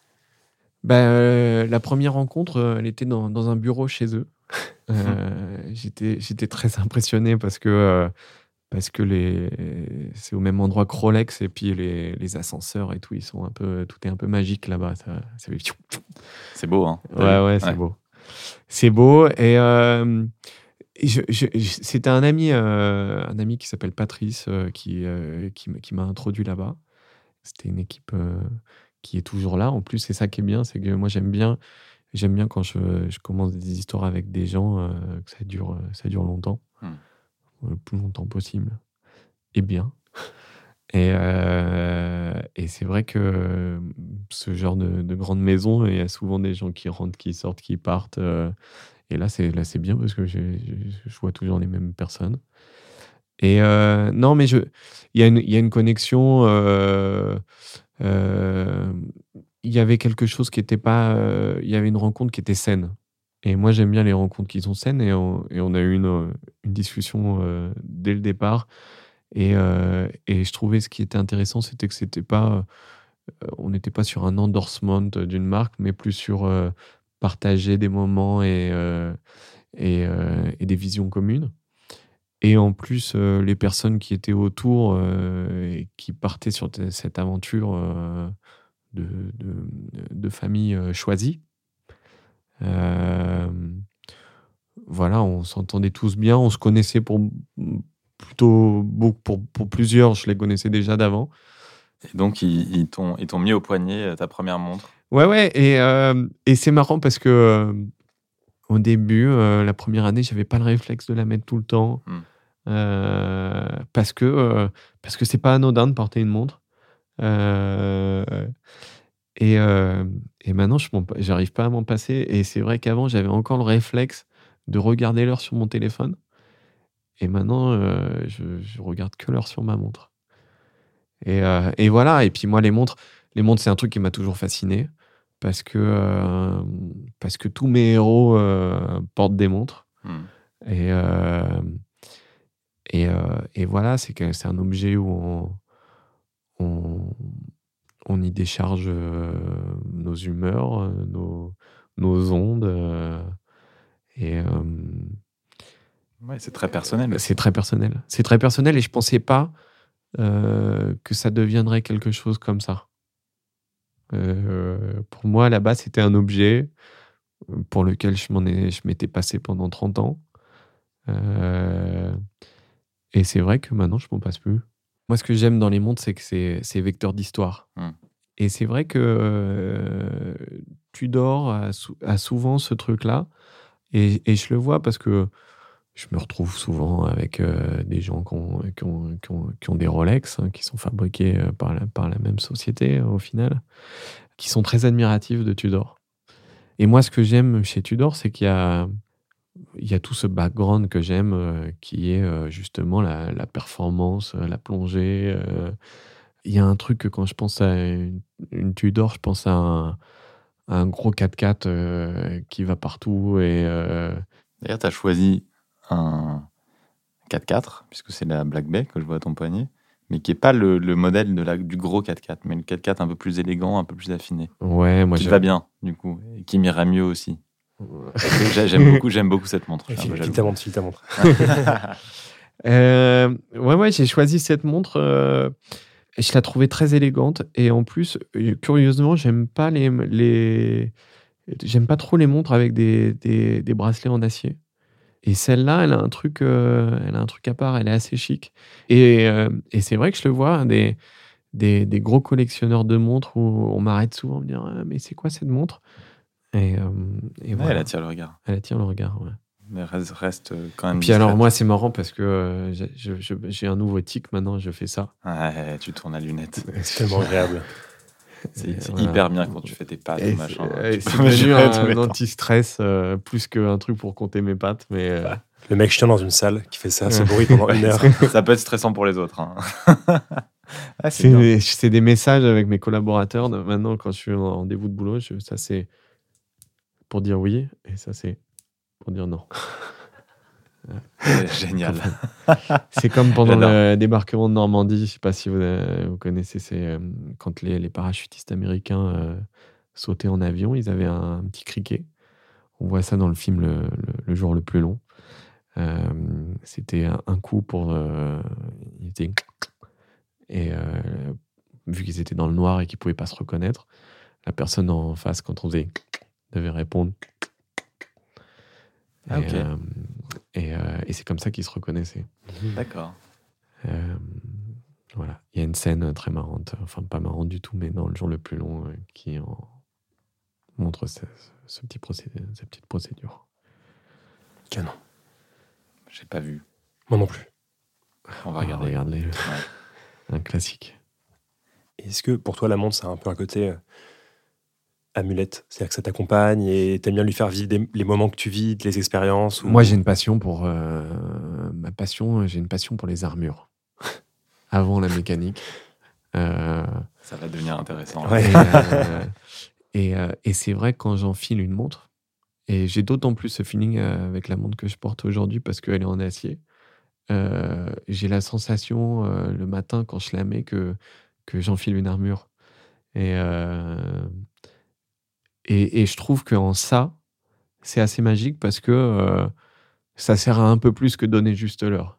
Bah, euh, la première rencontre, euh, elle était dans, dans un bureau chez eux. Euh, j'étais, j'étais très impressionné parce que, euh, parce que les, c'est au même endroit que Rolex et puis les, les ascenseurs et tout, ils sont un peu, tout est un peu magique là-bas. Ça, ça fait... C'est beau, hein. Ouais, ouais, c'est beau. C'est beau. Et, euh, et je, je, je- c'était un ami, euh, un ami qui s'appelle Patrice euh, qui, euh, qui, m- qui m'a introduit là-bas. C'était une équipe euh, qui est toujours là. En plus, c'est ça qui est bien, c'est que moi j'aime bien, j'aime bien quand je, je commence des histoires avec des gens euh, que ça dure, euh, ça dure longtemps, Hmm. le plus longtemps possible, et bien. Et, euh, et c'est vrai que euh, ce genre de, de grande maison, il y a souvent des gens qui rentrent, qui sortent, qui partent. euh, et là, c'est là, c'est bien parce que j'ai- j'ai- je vois toujours les mêmes personnes. Et euh, non, mais je, il y a une, il y a une connexion. euh, euh, il y avait quelque chose qui était pas. euh, il y avait une rencontre qui était saine. Et moi, j'aime bien les rencontres qui sont saines. Et on, et on a eu une, une discussion euh, dès le départ. Et, euh, et je trouvais ce qui était intéressant, c'était que c'était pas, euh, on n'était pas sur un endorsement d'une marque, mais plus sur euh, partager des moments et, euh, et, euh, et des visions communes. et en plus, euh, les personnes qui étaient autour euh, et qui partaient sur t- cette aventure euh, de, de, de famille euh, choisie. Euh, voilà, on s'entendait tous bien, on se connaissait pour plutôt beaucoup, pour, pour plusieurs, je les connaissais déjà d'avant. Et donc, ils, ils t'ont, ils t'ont mis au poignet euh, ta première montre. Ouais, ouais, et, euh, et c'est marrant parce que euh, au début, euh, la première année, j'avais pas le réflexe de la mettre tout le temps. Hmm. Euh, parce que euh, parce que c'est pas anodin de porter une montre. Euh, et, euh, et maintenant, je m'en pa- j'arrive pas à m'en passer. Et c'est vrai qu'avant, j'avais encore le réflexe de regarder l'heure sur mon téléphone. Et maintenant, euh, je, je regarde que l'heure sur ma montre. Et, euh, et voilà. Et puis moi, les montres, les montres, c'est un truc qui m'a toujours fasciné parce que euh, parce que tous mes héros euh, portent des montres. Hmm. Et euh, et, euh, et voilà, c'est que c'est un objet où on on, on y décharge euh, nos humeurs, euh, nos, nos ondes. euh, et euh, Ouais, c'est très personnel aussi. c'est très personnel. C'est très personnel et je pensais pas euh, que ça deviendrait quelque chose comme ça. Euh, pour moi, là-bas, c'était un objet pour lequel je m'en ai, je m'étais passé pendant trente ans. Euh, et c'est vrai que maintenant, je m'en passe plus. Moi, ce que j'aime dans les montres, c'est que c'est, c'est vecteur d'histoire. Hmm. Et c'est vrai que euh, Tudor a, sou- a souvent ce truc-là. Et, et je le vois parce que je me retrouve souvent avec euh, des gens qui ont, qui ont- qui ont- qui ont des Rolex, hein, qui sont fabriqués euh, par la, par la même société euh, au final, qui sont très admiratifs de Tudor. Et moi, ce que j'aime chez Tudor, c'est qu'il y a, il y a tout ce background que j'aime, euh, qui est euh, justement la, la performance, euh, la plongée. euh. Il y a un truc que quand je pense à une, une Tudor, je pense à un, à un gros quatre-quatre euh, qui va partout. Et, euh, D'ailleurs, tu as choisi un quatre-quatre, puisque c'est la Black Bay que je vois à ton poignet, mais qui n'est pas le, le modèle de la, du gros quatre-quatre, mais le quatre-quatre un peu plus élégant, un peu plus affiné. ouais, moi Qui te j'aime- va bien, du coup, et qui m'ira mieux aussi. J'ai- J'aime beaucoup, j'aime beaucoup cette montre. Je suis un peu File jaloux. ta montre, file ta montre. Euh, ouais, ouais, j'ai choisi cette montre. euh, et je la trouvais très élégante. Et en plus, euh, curieusement, j'aime pas les, les, j'aime pas trop les montres avec des, des, des bracelets en acier. Et celle-là, elle a un truc, euh, elle a un truc à part. Elle est assez chic. Et, euh, et c'est vrai que je le vois, hein, des, des, des gros collectionneurs de montres où on m'arrête souvent me dire ah, mais c'est quoi cette montre? Et, euh, et Ouais, voilà. elle attire le regard. Elle attire le regard. Ouais. Mais reste, reste quand Et même puis alors discrète. moi c'est marrant parce que euh, j'ai, je- je- j'ai un nouveau tic maintenant, je fais ça. Ouais, tu tournes à lunettes. C'est tellement agréable. C'est Et c'est voilà. hyper bien quand tu fais tes pattes, Et machin. c'est, et Tu c'est peux devenu mesurer tous les un temps. anti-stress euh, plus qu'un truc pour compter mes pattes, mais euh, Le mec chiant dans une salle qui fait ça, ce bruit pendant une heure. Ça peut être stressant pour les autres. Hein. Ah, c'est c'est, bien. des, c'est des messages avec mes collaborateurs. de- Maintenant quand je suis en rendez-vous de boulot, je- ça c'est pour dire oui et ça c'est pour dire non. C'est génial. C'est comme pendant J'adore. le débarquement de Normandie, je sais pas si vous, euh, vous connaissez, c'est euh, quand les, les parachutistes américains euh, sautaient en avion, ils avaient un, un petit criquet. On voit ça dans le film Le, le- Le jour le plus long. Euh, c'était un, un coup pour... euh, ils étaient- et euh, vu qu'ils étaient dans le noir et qu'ils pouvaient pas se reconnaître, la personne en face, quand on faisait devait répondre. Ah, et, ok. euh, et, euh, et c'est comme ça qu'ils se reconnaissaient. D'accord. Euh, voilà, il y a une scène très marrante, enfin pas marrante du tout, mais dans Le jour le plus long, euh, qui en montre ce, ce petit procédé, cette petite procédure. Canon. J'ai pas vu. Moi non plus. On va Ah, regarder. regardez, Ouais. un classique. Est-ce que pour toi, la montre, ça a un peu un côté euh, amulette? C'est-à-dire que ça t'accompagne et t'aimes bien lui faire vivre des- les moments que tu vis, les expériences ou... Moi, j'ai une passion pour euh, ma passion. J'ai une passion pour les armures. Avant la mécanique. Euh, Ça va devenir intéressant. Ouais. et euh, et, euh, et c'est vrai que quand j'enfile une montre, et j'ai d'autant plus ce feeling euh, avec la montre que je porte aujourd'hui parce qu'elle est en acier. Euh, j'ai la sensation euh, le matin quand je la mets que, que j'enfile une armure. Et, euh, et, et je trouve qu'en ça, c'est assez magique parce que euh, ça sert à un peu plus que donner juste l'heure.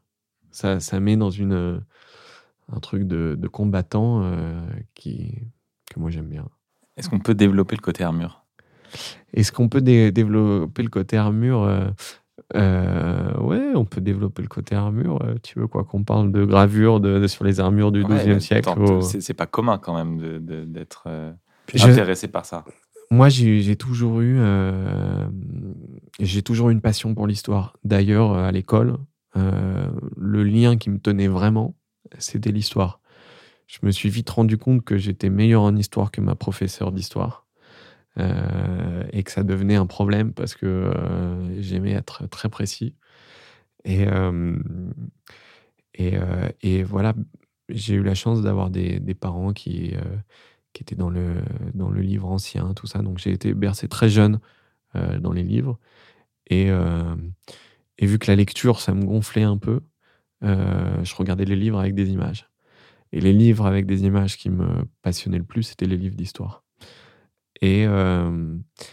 Ça, ça met dans une, euh, un truc de, de combattant euh, qui, que moi j'aime bien. Est-ce qu'on peut développer le côté armure? Est-ce qu'on peut dé- développer le côté armure euh, euh, Ouais, on peut développer le côté armure. Euh, tu veux quoi qu'on parle de gravure de, de- sur les armures du Ouais, douzième mais siècle attends, au- c'est, c'est pas commun quand même de, de- d'être euh, Je- intéressé par ça. Moi, j'ai, j'ai toujours eu, euh, j'ai toujours eu une passion pour l'histoire. D'ailleurs, à l'école, euh, le lien qui me tenait vraiment, c'était l'histoire. Je me suis vite rendu compte que j'étais meilleur en histoire que ma professeure d'histoire. Euh, et que ça devenait un problème parce que euh, j'aimais être très précis. Et, euh, et, euh, et voilà, j'ai eu la chance d'avoir des, des parents qui, euh, qui étaient dans le, dans le livre ancien, tout ça. Donc j'ai été bercé très jeune euh, dans les livres. Et, euh, et vu que la lecture, ça me gonflait un peu, euh, je regardais les livres avec des images. Et les livres avec des images qui me passionnaient le plus, c'était les livres d'histoire. Et, euh,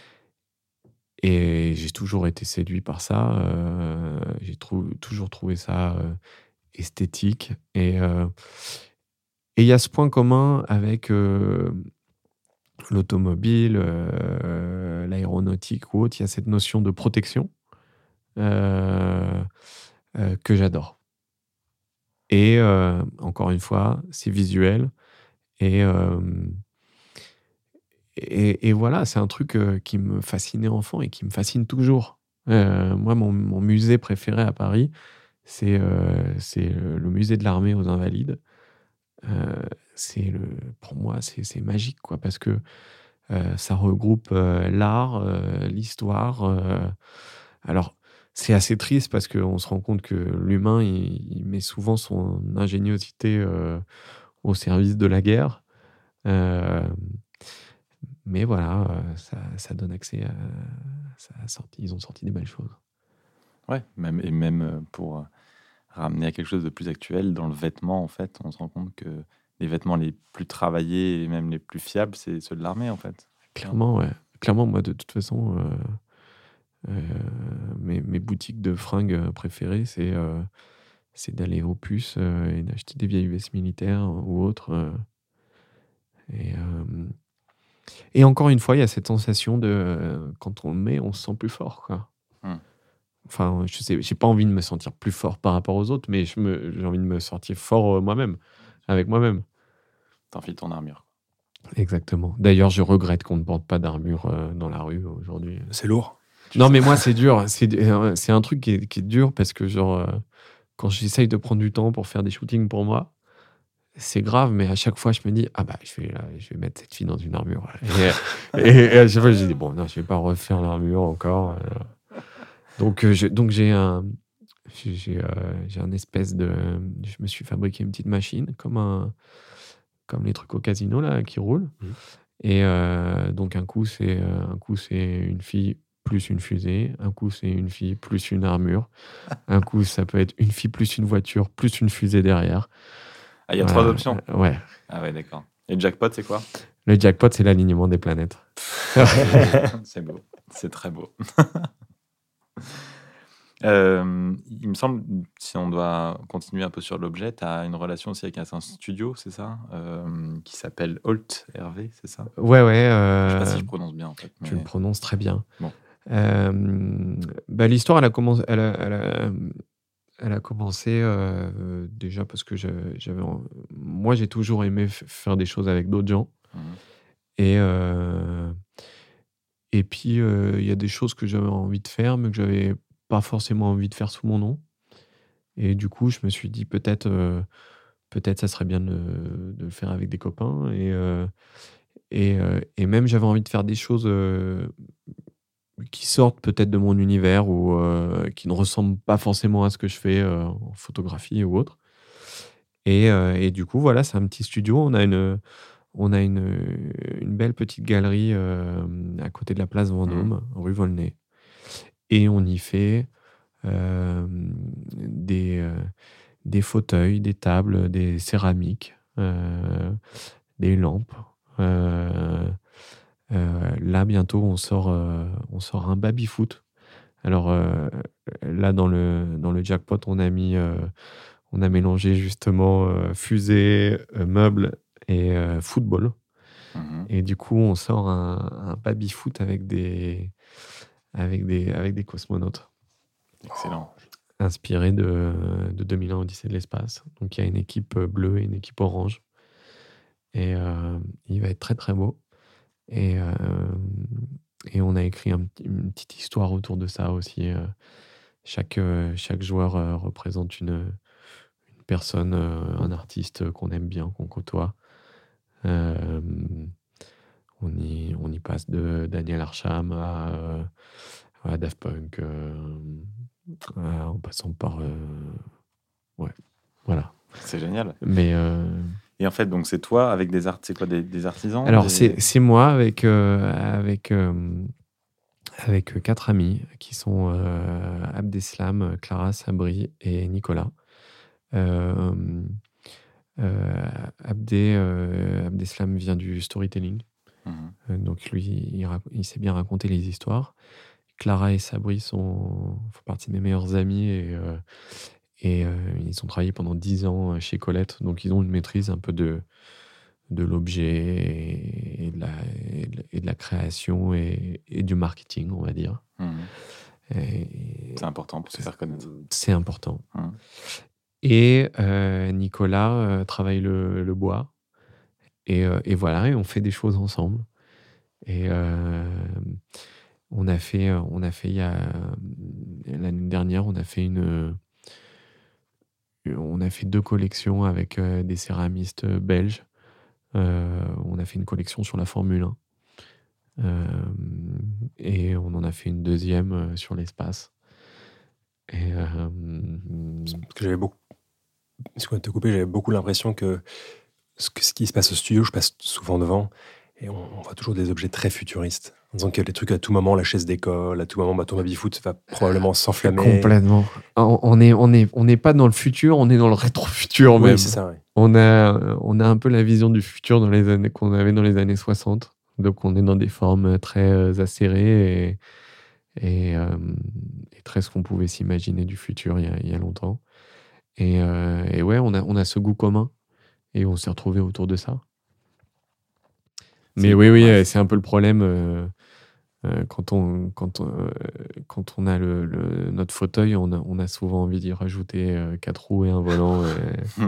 et j'ai toujours été séduit par ça. euh, j'ai trou- toujours trouvé ça euh, esthétique. Et euh, et il y a ce point commun avec euh, l'automobile, euh, l'aéronautique ou autre. Il y a cette notion de protection euh, euh, que j'adore. Et euh, encore une fois, c'est visuel. Et, euh, et, et voilà, c'est un truc euh, qui me fascinait enfant et qui me fascine toujours. Euh, moi, mon, mon musée préféré à Paris, c'est euh, c'est le, le musée de l'armée aux Invalides. Euh, c'est le, pour moi, c'est c'est magique, quoi, parce que euh, ça regroupe euh, l'art, euh, l'histoire. euh. Alors, c'est assez triste parce qu'on se rend compte que l'humain, il, il met souvent son ingéniosité euh, au service de la guerre. Euh, mais voilà, euh, ça, ça donne accès à. Ça a sorti, ils ont sorti des belles choses. Ouais, même, et même euh, pour euh, ramener à quelque chose de plus actuel, dans le vêtement, en fait, on se rend compte que les vêtements les plus travaillés et même les plus fiables, c'est ceux de l'armée, en fait. Clairement, ouais. Clairement, moi, de toute façon, euh, euh, mes, mes boutiques de fringues préférées, c'est euh, c'est d'aller au puces euh, et d'acheter des vieilles vestes militaires ou autres. euh. et, euh, et encore une fois, il y a cette sensation de euh, quand on le met, on se sent plus fort, quoi. Hmm. Enfin, je sais, j'ai pas envie de me sentir plus fort par rapport aux autres, mais je me, j'ai envie de me sentir fort euh, moi-même, avec moi-même. T'enfiles ton armure. Exactement. D'ailleurs, je regrette qu'on ne porte pas d'armure euh, dans la rue aujourd'hui. C'est lourd. Tu Non, sais- mais moi, c'est dur. C'est, euh, c'est un truc qui est, qui est dur parce que, genre, euh, quand j'essaye de prendre du temps pour faire des shootings pour moi, c'est grave, mais à chaque fois, je me dis, ah bah, je vais, euh, je vais mettre cette fille dans une armure. Et, et- et à chaque fois, je dis, bon, non, je vais pas refaire l'armure encore. euh. Donc, euh, je- donc j'ai un, j'ai, j'ai, euh, j'ai un espèce de, je me suis fabriqué une petite machine, comme un, comme les trucs au casino là, qui roulent. Mhm. Et euh, donc un coup, c'est euh, un coup, c'est une fille plus une fusée. Un coup, c'est une fille plus une armure. Un coup, ça peut être une fille plus une voiture plus une fusée derrière. Ah, il y a Voilà. trois options. Euh, ouais. Ah ouais, d'accord. Et le jackpot, c'est quoi? Le jackpot, c'est l'alignement des planètes. C'est beau. C'est très beau. Euh, il me semble, si on doit continuer un peu sur l'objet, tu as une relation aussi avec un studio, c'est ça? Euh, qui s'appelle Holt Hervé, c'est ça? Ouais, ouais. Je euh, sais pas si je prononce bien, en fait. Tu mais- le prononces très bien. Bon. Euh, bah, l'histoire, elle a commencé, elle a, elle a- elle a commencé euh, déjà parce que j'avais, j'avais en- moi, j'ai toujours aimé f- faire des choses avec d'autres gens. Mhm. Et, euh, et puis, euh, il y a des choses que j'avais envie de faire, mais que j'avais pas forcément envie de faire sous mon nom. Et du coup, je me suis dit peut-être, euh, peut-être ça serait bien de, de le faire avec des copains. Et, euh, et, euh, et même, j'avais envie de faire des choses euh, qui sortent peut-être de mon univers ou euh, qui ne ressemblent pas forcément à ce que je fais euh, en photographie ou autre. Et, euh, et du coup, voilà, c'est un petit studio. On a une, on a une, une belle petite galerie euh, à côté de la place Vendôme, rue Volnay. Et on y fait euh, des, euh, des fauteuils, des tables, des céramiques, euh, des lampes. Euh, euh, là, bientôt, on sort, euh, on sort un baby-foot. Alors euh, là, dans le, dans le jackpot, on a mis, euh, on a mélangé justement euh, fusée, euh, meubles et euh, football. Mhm. Et du coup, on sort un, un baby-foot avec des, avec, des, avec des cosmonautes, Excellent. inspiré de, de deux mille un Odyssée de l'espace. Donc il y a une équipe bleue et une équipe orange. Et euh, il va être très très beau. Et, euh, et on a écrit un, une petite histoire autour de ça aussi. Euh, chaque, euh, chaque joueur euh, représente une, une personne, euh, un artiste qu'on aime bien, qu'on côtoie. Euh, on, y, on y passe de Daniel Arsham à, euh, à Daft Punk, euh, à- en passant par... euh, ouais, voilà. C'est génial. Mais... euh, Et en fait, donc c'est toi avec des art, c'est quoi des, des artisans alors, des... c'est, c'est moi avec, euh, avec, euh, avec quatre amis qui sont euh, Abdeslam, Clara, Sabri et Nicolas. Euh, euh, Abdé, euh, Abdeslam vient du storytelling. Mhm. Euh, donc, lui, il, rac- il sait bien raconter les histoires. Clara et Sabri sont, font partie de mes meilleurs amis et, euh, et euh, ils ont travaillé pendant dix ans chez Colette. Donc, ils ont une maîtrise un peu de, de l'objet et de la, et de la- et de la création et, et du marketing, on va dire. Mhm. Et C'est important pour se faire connaître. c'est important. Mhm. Et euh, Nicolas euh, travaille le, le bois. Et, euh, et voilà, et on fait des choses ensemble. Et euh, on a fait, on a fait il y a, l'année dernière, on a fait une, on a fait deux collections avec euh, des céramistes belges. Euh, on a fait une collection sur la Formule un. Euh, et on en a fait une deuxième euh, sur l'espace. Et euh, Parce que j'avais beaucoup, excuse-moi de te couper, j'avais beaucoup l'impression que ce, que ce qui se passe au studio, je passe souvent devant, et on, on voit toujours des objets très futuristes. En disant que les trucs à tout moment, la chaise d'école, à tout moment, bah, ton baby-foot va probablement s'enflammer. complètement. On on est, on est, on n'est pas dans le futur, on est dans le rétro-futur même. Oui, c'est ça, oui. On a, on a un peu la vision du futur dans les années qu'on avait dans les années soixante. Donc on est dans des formes très euh, acérées et, et, euh, et très ce qu'on pouvait s'imaginer du futur il y a, il y a longtemps. Et, euh, et ouais, on a, on a ce goût commun et on s'est retrouvés autour de ça. Mais C'est- oui, oui, ouais, euh, c'est- c'est un peu le problème euh, euh, quand, on, quand, on, euh, quand on a le, le- notre fauteuil, on a, on a souvent envie d'y rajouter euh, quatre roues et un volant et,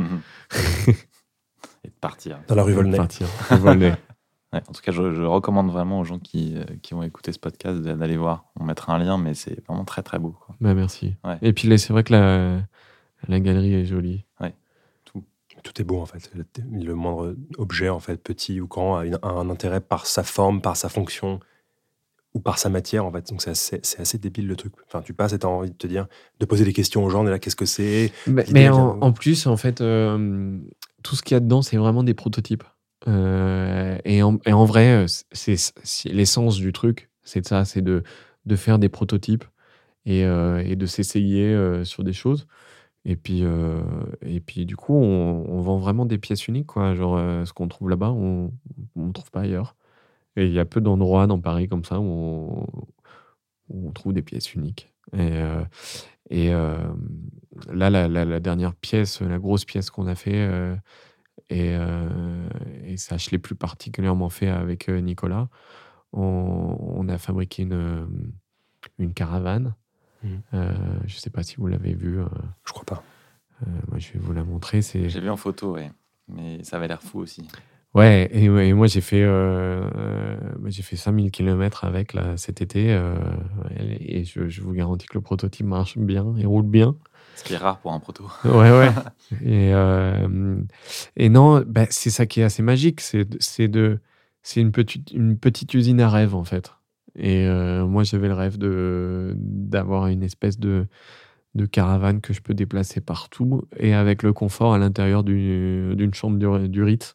Et de partir. Dans la rue et de Volney. partir. Rue Volney. Ouais, en tout cas, je, je recommande vraiment aux gens qui, euh, qui vont écouter ce podcast de- d'aller voir. On mettra un lien, mais c'est vraiment très très beau, quoi. Bah, merci. Ouais. Et puis là, c'est vrai que la, la galerie est jolie. Tout. Tout est beau, en fait. Le, le moindre objet, en fait, petit ou grand, a, une- a un intérêt par sa forme, par sa fonction, ou par sa matière, en fait. Donc c'est assez, c'est assez débile, le truc. Enfin, tu passes et t'as envie de te dire, de poser des questions aux gens, de là, qu'est-ce que c'est? Mais, L'idée, mais elle vient en, d'où en plus, en fait, euh, tout ce qu'il y a dedans, c'est vraiment des prototypes. Euh, et, en, et en vrai, c'est, c'est l'essence du truc, c'est de ça, c'est de, de faire des prototypes et, euh, et de s'essayer euh, sur des choses. Et puis, euh, et puis du coup, on, on vend vraiment des pièces uniques, quoi. Genre, euh, ce qu'on trouve là-bas, on ne trouve pas ailleurs. Et il y a peu d'endroits dans Paris comme ça où on, où on trouve des pièces uniques. Et, euh, et euh, là, la, la- la dernière pièce, la grosse pièce qu'on a fait, euh, et, euh, et ça, je l'ai plus particulièrement fait avec euh, Nicolas. On, on a fabriqué une, euh, une caravane. Mhm. Euh, je ne sais pas si vous l'avez vue. euh, Je crois pas. euh, moi, je vais vous la montrer. C'est... J'ai vu en photo, ouais. Mais ça avait l'air fou aussi. Ouais, et, ouais, et moi j'ai fait, euh, euh, moi, j'ai fait cinq mille kilomètres avec là, cet été. euh, et je, je vous garantis que le prototype marche bien et roule bien. Ce qui est rare pour un proto. Ouais, ouais. Et, euh, et non, bah, c'est ça qui est assez magique. C'est, c'est, de, c'est une, petite, une petite usine à rêve, en fait. Et euh, moi, j'avais le rêve de, d'avoir une espèce de, de caravane que je peux déplacer partout et avec le confort à l'intérieur du, d'une chambre du, du Ritz.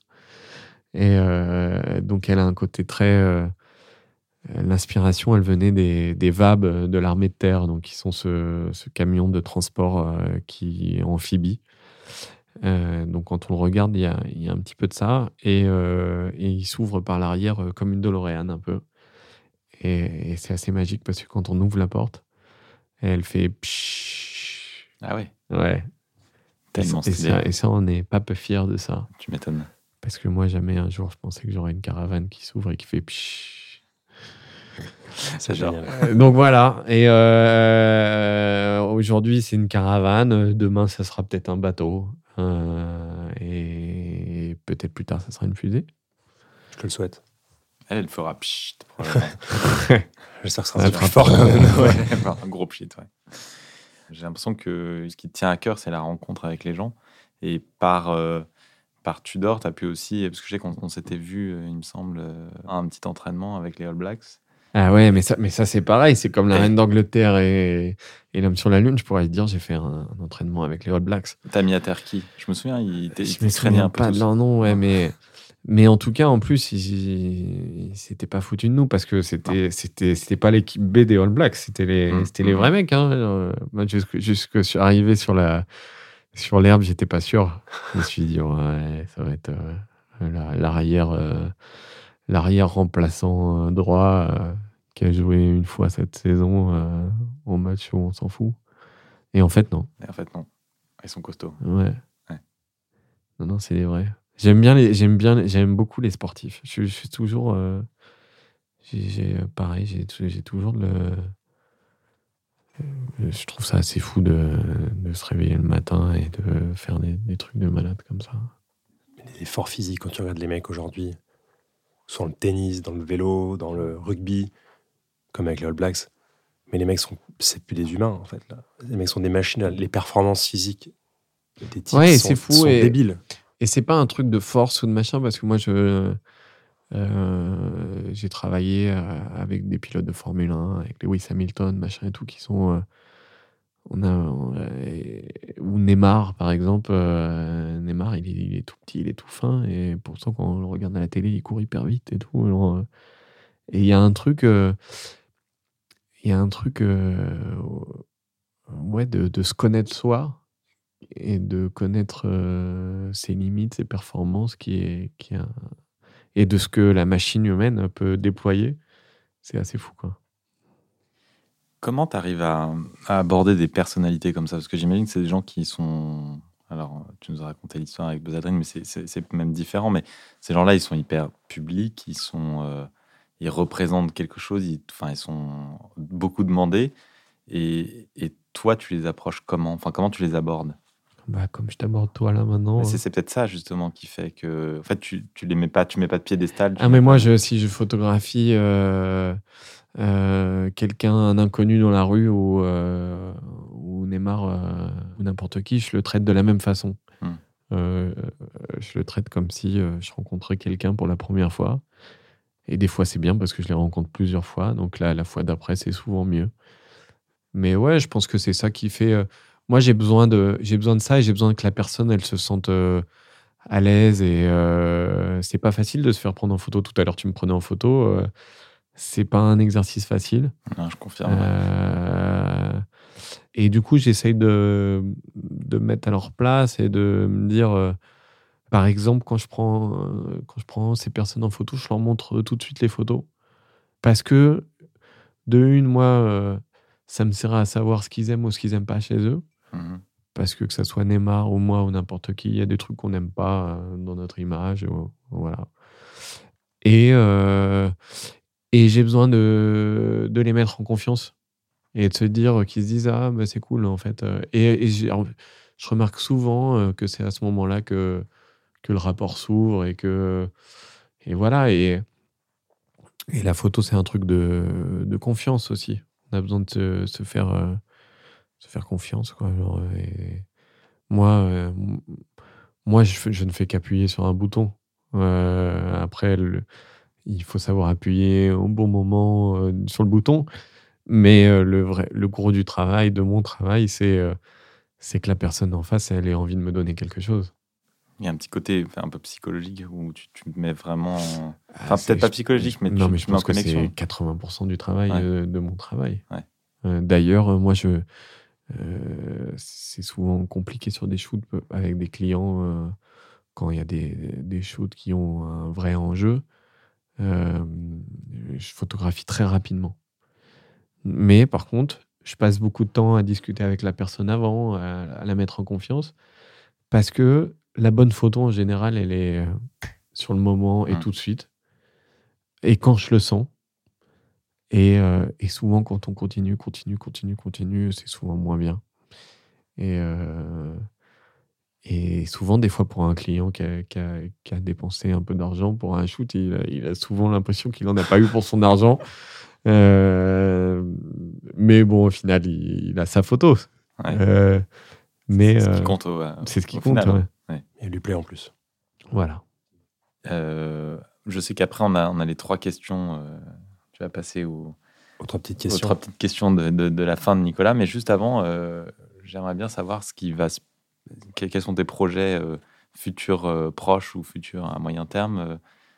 Et euh, donc, elle a un côté très... euh, l'inspiration, elle venait des, des V A B de l'armée de terre, donc qui sont ce, ce camion de transport euh, qui est amphibie. Euh, donc quand on le regarde, il y a, il y a un petit peu de ça, et, euh, et il s'ouvre par l'arrière euh, comme une DeLorean un peu. Et, et c'est assez magique parce que quand on ouvre la porte, elle fait pshhh. Ah ouais. Ouais. Tellement et, stylé. ça, et ça, on n'est pas peu fiers de ça. Tu m'étonnes. Parce que moi, jamais un jour, je pensais que j'aurais une caravane qui s'ouvre et qui fait pshhh. C'est génial. Euh, Donc voilà. Et euh, aujourd'hui, c'est une caravane. Demain, ça sera peut-être un bateau. Euh, et peut-être plus tard, ça sera une fusée. Je te le souhaite. Elle, elle fera pchit, probablement. J'espère que ça sera Elle un fera plus fort quand même. Ouais, Ouais. elle fera un gros pchit, ouais. J'ai l'impression que ce qui te tient à cœur, c'est la rencontre avec les gens. Et par, euh, par Tudor, tu as pu aussi... Parce que je sais qu'on on s'était vu, euh, il me semble, euh, un petit entraînement avec les All Blacks. Ah ouais, mais ça, mais ça c'est pareil. C'est comme la Et- reine d'Angleterre et, et l'homme sur la lune. Je pourrais te dire, j'ai fait un, un entraînement avec les All Blacks. T'as mis à terre qui? Je me souviens, il, était- Je il me se craignait souviens un peu pas de tous. leur nom, ouais, mais, mais en tout cas, en plus, ils, ils s'étaient pas foutus de nous parce que c'était, c'était, c'était pas l'équipe B des All Blacks, c'était les, Mmh, c'était les mmh. vrais mecs. Hein. Euh, Moi, jusque, jusque je suis arrivé sur, la, sur l'herbe, j'étais pas sûr. Je me suis dit, ouais, ça va être euh, la- l'arrière, euh, l'arrière remplaçant euh, droit euh, qui a joué une fois cette saison euh, en match où on s'en fout. Et en fait, non. Et en fait, non. Ils sont costauds. Ouais. Ouais. Non, non, c'est les vrais. J'aime bien les, j'aime bien, les- j'aime beaucoup les sportifs. Je, je suis toujours, euh, j'ai, j'ai, euh, pareil, j'ai, j'ai toujours le, euh, je trouve ça assez fou de, de se réveiller le matin et de faire des, des trucs de malade comme ça. Les efforts physiques, quand tu regardes les mecs aujourd'hui, soit dans le tennis, dans le vélo, dans le rugby, comme avec les All Blacks, mais les mecs sont, c'est plus des humains en fait. Là. Les mecs sont des machines. Les performances physiques des types Ouais, et sont, c'est fou sont et- débiles. Et c'est pas un truc de force ou de machin, parce que moi, je, euh, j'ai travaillé euh, avec des pilotes de Formule un, avec Lewis Hamilton, machin et tout, qui sont. euh, on a, on a- et- ou Neymar, par exemple. euh, Neymar, il est, il est tout petit, il est tout fin, et pourtant, quand on le regarde à la télé, il court hyper vite et tout. alors, euh, et il y a un truc. euh, Il y a un truc. euh, ouais, de, de se connaître soi et de connaître euh, ses limites, ses performances, qui est, qui est un- et de ce que la machine humaine peut déployer. C'est assez fou, quoi. Comment tu arrives à, à aborder des personnalités comme ça? Parce que j'imagine que c'est des gens qui sont... Alors, tu nous as raconté l'histoire avec Buzz Aldrin, mais c'est- c'est c'est même différent. Mais ces gens-là, ils sont hyper publics, ils, sont, euh, ils représentent quelque chose, ils, enfin, ils sont beaucoup demandés. Et, et toi, tu les approches comment? Enfin, comment tu les abordes? Bah, comme je t'aborde toi là maintenant. Mais c'est hein. c'est peut-être ça, justement, qui fait que... En fait, tu, tu les mets pas, tu mets pas de piédestal. tu Ah, mets mais moi, pas- je, si je photographie euh, euh, quelqu'un, un inconnu dans la rue ou, euh, ou Neymar euh, ou n'importe qui, je le traite de la même façon. Hmm. Euh, je le traite comme si euh, je rencontrais quelqu'un pour la première fois. Et des fois, c'est bien parce que je les rencontre plusieurs fois. Donc là, la fois d'après, c'est souvent mieux. Mais ouais, je pense que c'est ça qui fait. euh, Moi, j'ai besoin de, j'ai besoin de ça et j'ai besoin que la personne, elle se sente euh, à l'aise. Et euh, c'est pas facile de se faire prendre en photo. Tout à l'heure, tu me prenais en photo. euh, c'est pas un exercice facile. Non, je confirme. Euh, et du coup, j'essaye de, de me mettre à leur place et de me dire, euh, par exemple, quand je prends, euh, quand je prends ces personnes en photo, je leur montre tout de suite les photos. Parce que, de une, moi, euh, ça me sert à savoir ce qu'ils aiment ou ce qu'ils n'aiment pas chez eux. Mhm. Parce que que ça soit Neymar ou moi ou n'importe qui, il y a des trucs qu'on n'aime pas euh, dans notre image. ou- voilà. Et, euh, et j'ai besoin de, de les mettre en confiance et de se dire qu'ils se disent ah bah, c'est cool en fait. Euh, Et, et j'ai- alors, je remarque souvent euh, que c'est à ce moment-là que, que le rapport s'ouvre et que et voilà et, et la photo c'est un truc de, de confiance aussi. On a besoin de se, se faire euh, se faire confiance quoi. Genre, euh, et moi euh, m- moi je, fais- je ne fais qu'appuyer sur un bouton. Euh, après le- il faut savoir appuyer au bon moment euh, sur le bouton. Mais euh, le, vrai, le gros du travail, de mon travail, c'est euh, c'est que la personne en face, elle ait envie de me donner quelque chose. Il y a un petit côté enfin, un peu psychologique où tu, tu mets vraiment... Enfin, Ah, c'est- peut-être pas je- psychologique, mais non, tu, mais tu je mets en pense que connexion. c'est quatre-vingts pour cent du travail Ouais. euh, de mon travail. Ouais. Euh, D'ailleurs, euh, moi, je, euh, c'est souvent compliqué sur des shoots euh, avec des clients euh, quand il y a des, des shoots qui ont un vrai enjeu. Euh, je photographie très rapidement. Mais par contre, je passe beaucoup de temps à discuter avec la personne avant, à, à la mettre en confiance. Parce que la bonne photo, en général, elle est euh, sur le moment et Mmh. tout de suite. Et quand je le sens. Et, euh, et souvent, quand on continue, continue, continue, continue, c'est souvent moins bien. Et, euh, et souvent, des fois, pour un client qui a, qui a- qui a dépensé un peu d'argent pour un shoot, il a, il a souvent l'impression qu'il n'en a pas eu pour son argent. Euh, mais bon, au final, il, il a sa photo. Ouais. Euh, mais C'est ce qui euh, compte au, euh, c'est ce qui au compte. final. Ouais. Ouais. Et il lui plaît en plus. Voilà. Euh, je sais qu'après, on a, on a les trois questions. euh, tu vas passer aux, Aux trois petites aux questions. trois petites questions de, de- de la fin de Nicolas. Mais juste avant, euh, j'aimerais bien savoir ce qui va se- quels, quels sont tes projets euh, futurs euh, proches ou futurs à moyen terme. euh,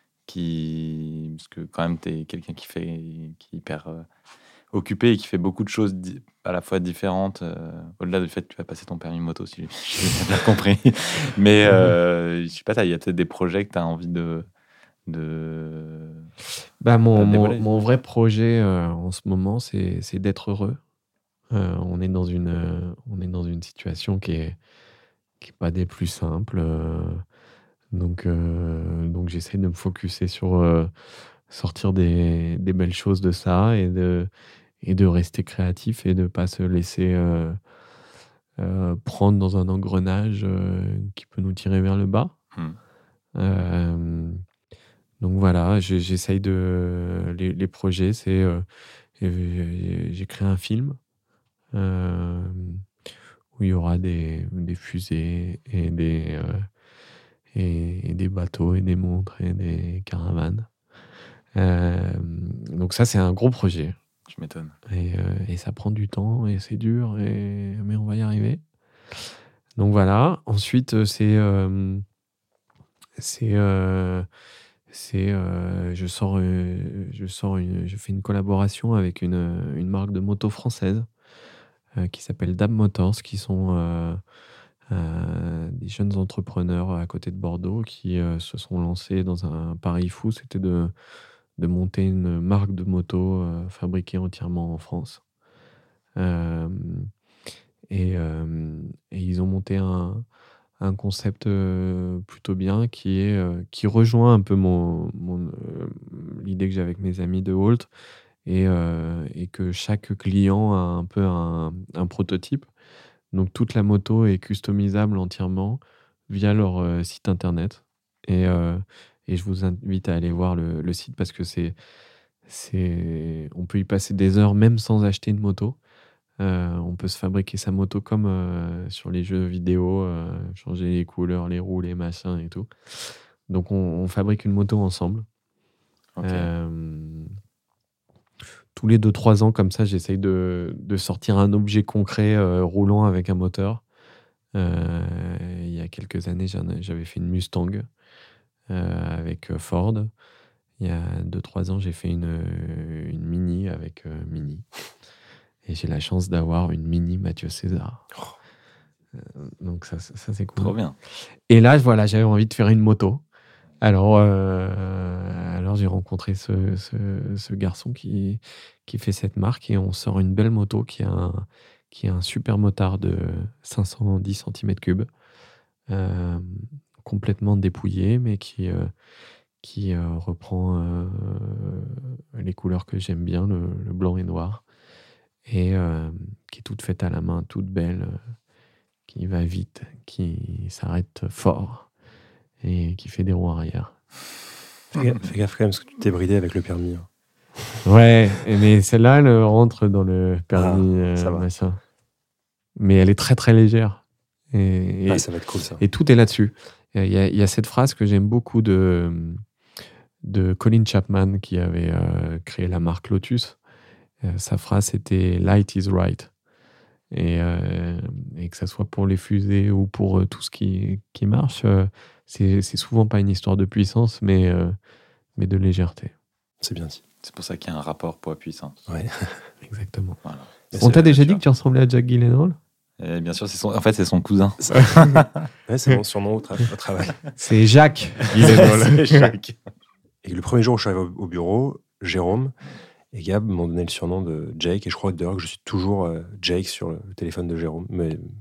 qui... Parce que quand même, tu es quelqu'un qui, fait... qui est hyper euh, occupé et qui fait beaucoup de choses di- à la fois différentes. euh, au-delà du fait que tu vas passer ton permis moto, si j'ai bien compris. Mais euh, je sais pas, il y a peut-être des projets que tu as envie de... de... Bah, mon, Pas mon, dévoiler. mon vrai projet euh, en ce moment, c'est, c'est d'être heureux. Euh, on, est dans une, euh, on est dans une situation qui est, qui est pas des plus simples. euh, donc, euh, donc j'essaie de me focuser sur euh, sortir des, des belles choses de ça et de, et de rester créatif et de pas se laisser euh, euh, prendre dans un engrenage euh, qui peut nous tirer vers le bas. Hmm. Euh, donc voilà, j'ai- j'essaye de... Les, les projets, c'est... euh, j'ai j'ai créé un film euh, où il y aura des, des fusées et des, euh, et, et des bateaux et des montres et des caravanes. Euh, donc ça, c'est un gros projet. Je m'étonne. Et, euh, et ça prend du temps et c'est dur, et... mais on va y arriver. Donc voilà. Ensuite, euh, c'est... euh, c'est... euh, c'est euh, je sors, euh, je sors une, je fais une collaboration avec une, une marque de moto française euh, qui s'appelle Dab Motors, qui sont euh, euh, des jeunes entrepreneurs à côté de Bordeaux qui euh, se sont lancés dans un pari fou. C'était de, de monter une marque de moto euh, fabriquée entièrement en France. Euh, et, euh, et ils ont monté un, un concept euh, plutôt bien qui est euh, qui rejoint un peu mon, mon, euh, l'idée que j'ai avec mes amis de Holt, et, euh, et que chaque client a un peu un, un prototype. Donc toute la moto est customisable entièrement via leur euh, site internet. Et, euh, et je vous invite à aller voir le, le site parce que c'est, c'est, on peut y passer des heures même sans acheter une moto. Euh, on peut se fabriquer sa moto comme euh, sur les jeux vidéo, euh, changer les couleurs, les roues, les machins et tout. Donc on, on fabrique une moto ensemble. Ok. Euh, tous les deux trois ans, comme ça, j'essaye de, de sortir un objet concret euh, roulant avec un moteur. Euh, il y a quelques années, j'en ai- j'avais fait une Mustang euh, avec euh, Ford. Il y a deux trois ans, j'ai fait une, euh, une Mini avec euh, Mini. Et j'ai la chance d'avoir une Mini Mathieu César. Euh, donc ça, ça, ça, c'est cool. Trop bien. Et là, voilà, j'avais envie de faire une moto. Alors, euh, alors j'ai rencontré ce, ce, ce garçon qui, qui fait cette marque et on sort une belle moto qui a un, qui a un super motard de cinq cent dix centimètres cubes, euh, complètement dépouillé, mais qui, euh, qui euh, reprend euh, les couleurs que j'aime bien, le, le blanc et noir, et euh, qui est toute faite à la main, toute belle, euh, qui va vite, qui s'arrête fort et qui fait des roues arrière. Fais gaffe, fais gaffe quand même, parce que tu t'es bridé avec le permis. hein. Ouais, mais celle-là, elle rentre dans le permis, Ah, ça euh, va. machin. Mais elle est très très légère. Et, et, Ah, ça va être cool ça. et tout est là-dessus. Il y, a, il y a cette phrase que j'aime beaucoup de, de Colin Chapman qui avait euh, créé la marque Lotus. Euh, sa phrase c'était Light is right. Et, euh, et que ça soit pour les fusées ou pour euh, tout ce qui, qui marche, euh, c'est, c'est souvent pas une histoire de puissance, mais, euh, mais de légèreté. C'est bien dit. C'est pour ça qu'il y a un rapport poids-puissance. Ouais. Exactement. Voilà. Mais On c'est- t'a déjà sûr. dit que tu ressemblais à Jack Gyllenhaal? Et bien sûr, c'est son... en fait, c'est son cousin. Ouais, c'est mon surnom au, tra- au travail. C'est Jacques Gyllenhaal. C'est Jacques. Et le premier jour où je suis arrivé au, au bureau, Jérôme et Gab m'ont donné le surnom de Jake. Et je crois d'ailleurs que je suis toujours euh, Jake sur le téléphone de Jérôme. Mais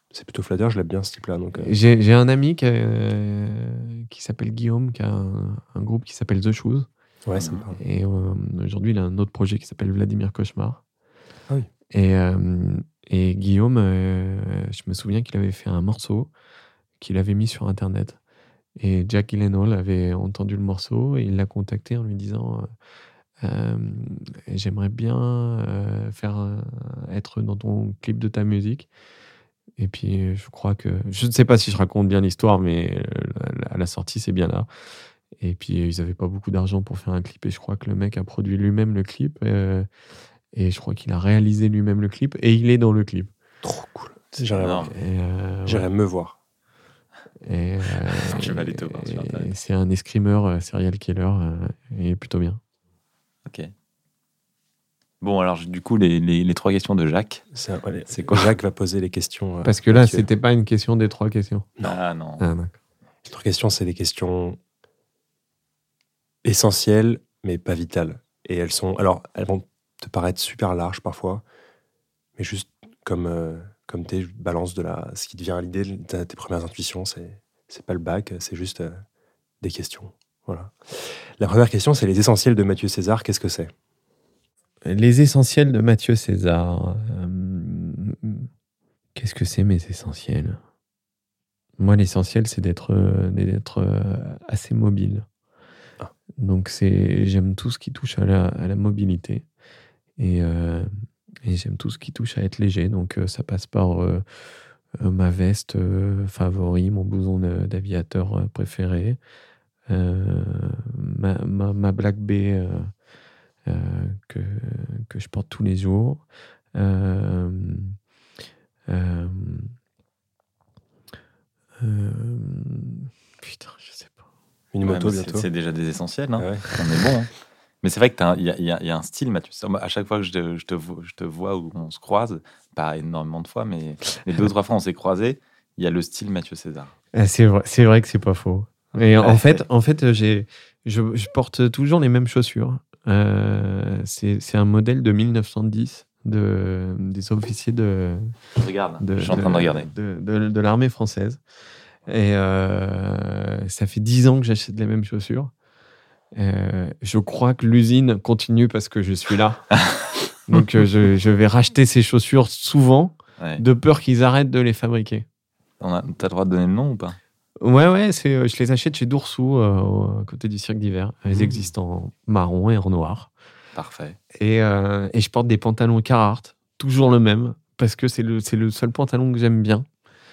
C'est plutôt flatteur, je l'aime bien ce type-là. Donc, euh... j'ai, j'ai un ami qui, euh, qui s'appelle Guillaume, qui a un, un groupe qui s'appelle The Shoes. Ouais, ça me parle. Et euh, aujourd'hui, il a un autre projet qui s'appelle Vladimir Cauchemar. Ah oui. Et, euh, et Guillaume, euh, je me souviens qu'il avait fait un morceau qu'il avait mis sur Internet. Et Jack Gyllenhaal avait entendu le morceau et il l'a contacté en lui disant euh, « J'aimerais bien euh, faire, euh, être dans ton clip de ta musique. » Et puis, je crois que... Je ne sais pas si je raconte bien l'histoire, mais à la sortie, c'est bien là. Et puis, ils n'avaient pas beaucoup d'argent pour faire un clip. Et je crois que le mec a produit lui-même le clip. Euh, et je crois qu'il a réalisé lui-même le clip. Et il est dans le clip. Trop cool. J'irais, euh, J'irais ouais. me voir. Et, euh, je vais aller te voir sur Internet. C'est un escrimeur, euh, serial killer. Euh, et plutôt bien. Ok. Bon, alors du coup, les, les, les trois questions de Jacques, c'est, un, ouais, c'est quoi? Jacques va poser les questions. Euh, Parce que là, Mathieu. C'était pas une question des trois questions. Non. Ah non. Ah, d'accord. Les trois questions, c'est des questions essentielles, mais pas vitales. Et elles sont, alors, elles vont te paraître super larges parfois, mais juste comme, euh, comme tes balances de la, ce qui te vient à l'idée, de tes premières intuitions, c'est, c'est pas le bac, c'est juste euh, des questions. Voilà. La première question, c'est les essentiels de Mathieu César. Qu'est-ce que c'est? Les essentiels de Mathieu César. Euh, qu'est-ce que c'est mes essentiels? Moi, l'essentiel, c'est d'être, euh, d'être euh, assez mobile. Ah. Donc, c'est, j'aime tout ce qui touche à la, à la mobilité. Et, euh, et j'aime tout ce qui touche à être léger. Donc, euh, ça passe par euh, euh, ma veste euh, favori, mon blouson de, d'aviateur euh, préféré, euh, ma, ma, ma Black Bay euh, euh, que, que je porte tous les jours. Euh, euh, euh, putain, je sais pas. Une moto, ouais, bientôt. C'est, c'est déjà des essentiels. Hein. Ah ouais. On est bon. Hein. Mais c'est vrai qu'il y, y, y a un style, Mathieu. À chaque fois que je te, je, te vois, je te vois ou on se croise, pas énormément de fois, mais les deux ou trois fois on s'est croisés, il y a le style Mathieu César. C'est vrai, c'est vrai que c'est pas faux. Et en fait, en fait j'ai, je, je porte toujours les mêmes chaussures. Euh, c'est, c'est un modèle de mille neuf cent dix de, des officiers de. Je regarde, de, je suis en train de, de regarder. De, de, de l'armée française. Et euh, ça fait dix ans que j'achète les mêmes chaussures. Euh, je crois que l'usine continue parce que je suis là. Donc euh, je, je vais racheter ces chaussures souvent, ouais. De peur qu'ils arrêtent de les fabriquer. On a, t'as le droit de donner le nom ou pas? Ouais, ouais, c'est, je les achète chez Doursou, euh, à côté du cirque d'hiver. Elles mmh. existent en marron et en noir. Parfait. Et, euh, et je porte des pantalons Carhartt, toujours le même, parce que c'est le, c'est le seul pantalon que j'aime bien.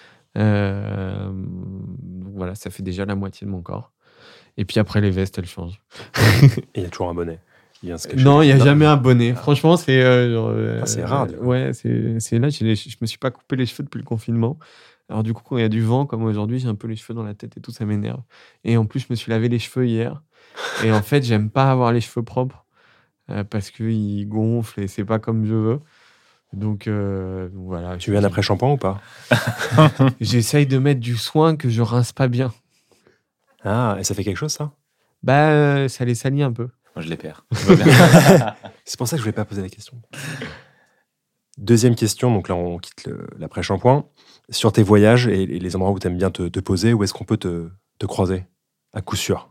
Euh, donc voilà, ça fait déjà la moitié de mon corps. Et puis après, les vestes, elles changent. Et il y a toujours un bonnet. Il non, il n'y a non. jamais un bonnet. Ah. Franchement, c'est... Euh, genre, euh, ah, c'est rare. Euh, ouais, c'est, c'est là, j'ai les, je me suis pas coupé les cheveux depuis le confinement. Alors du coup, quand il y a du vent, comme aujourd'hui, j'ai un peu les cheveux dans la tête et tout, ça m'énerve. Et en plus, je me suis lavé les cheveux hier. Et en fait, j'aime pas avoir les cheveux propres euh, parce qu'ils gonflent et c'est pas comme je veux. Donc, euh, donc voilà. Tu viens d'après shampoing ou pas? J'essaye de mettre du soin que je rince pas bien. Ah, et ça fait quelque chose, ça? Bah, euh, ça les salit un peu. Moi, je les perds. C'est pour ça que je voulais pas poser la question. Deuxième question, donc là, on quitte le, l'après-shampoing. Sur tes voyages et, et les endroits où tu aimes bien te, te poser, où est-ce qu'on peut te, te croiser? À coup sûr.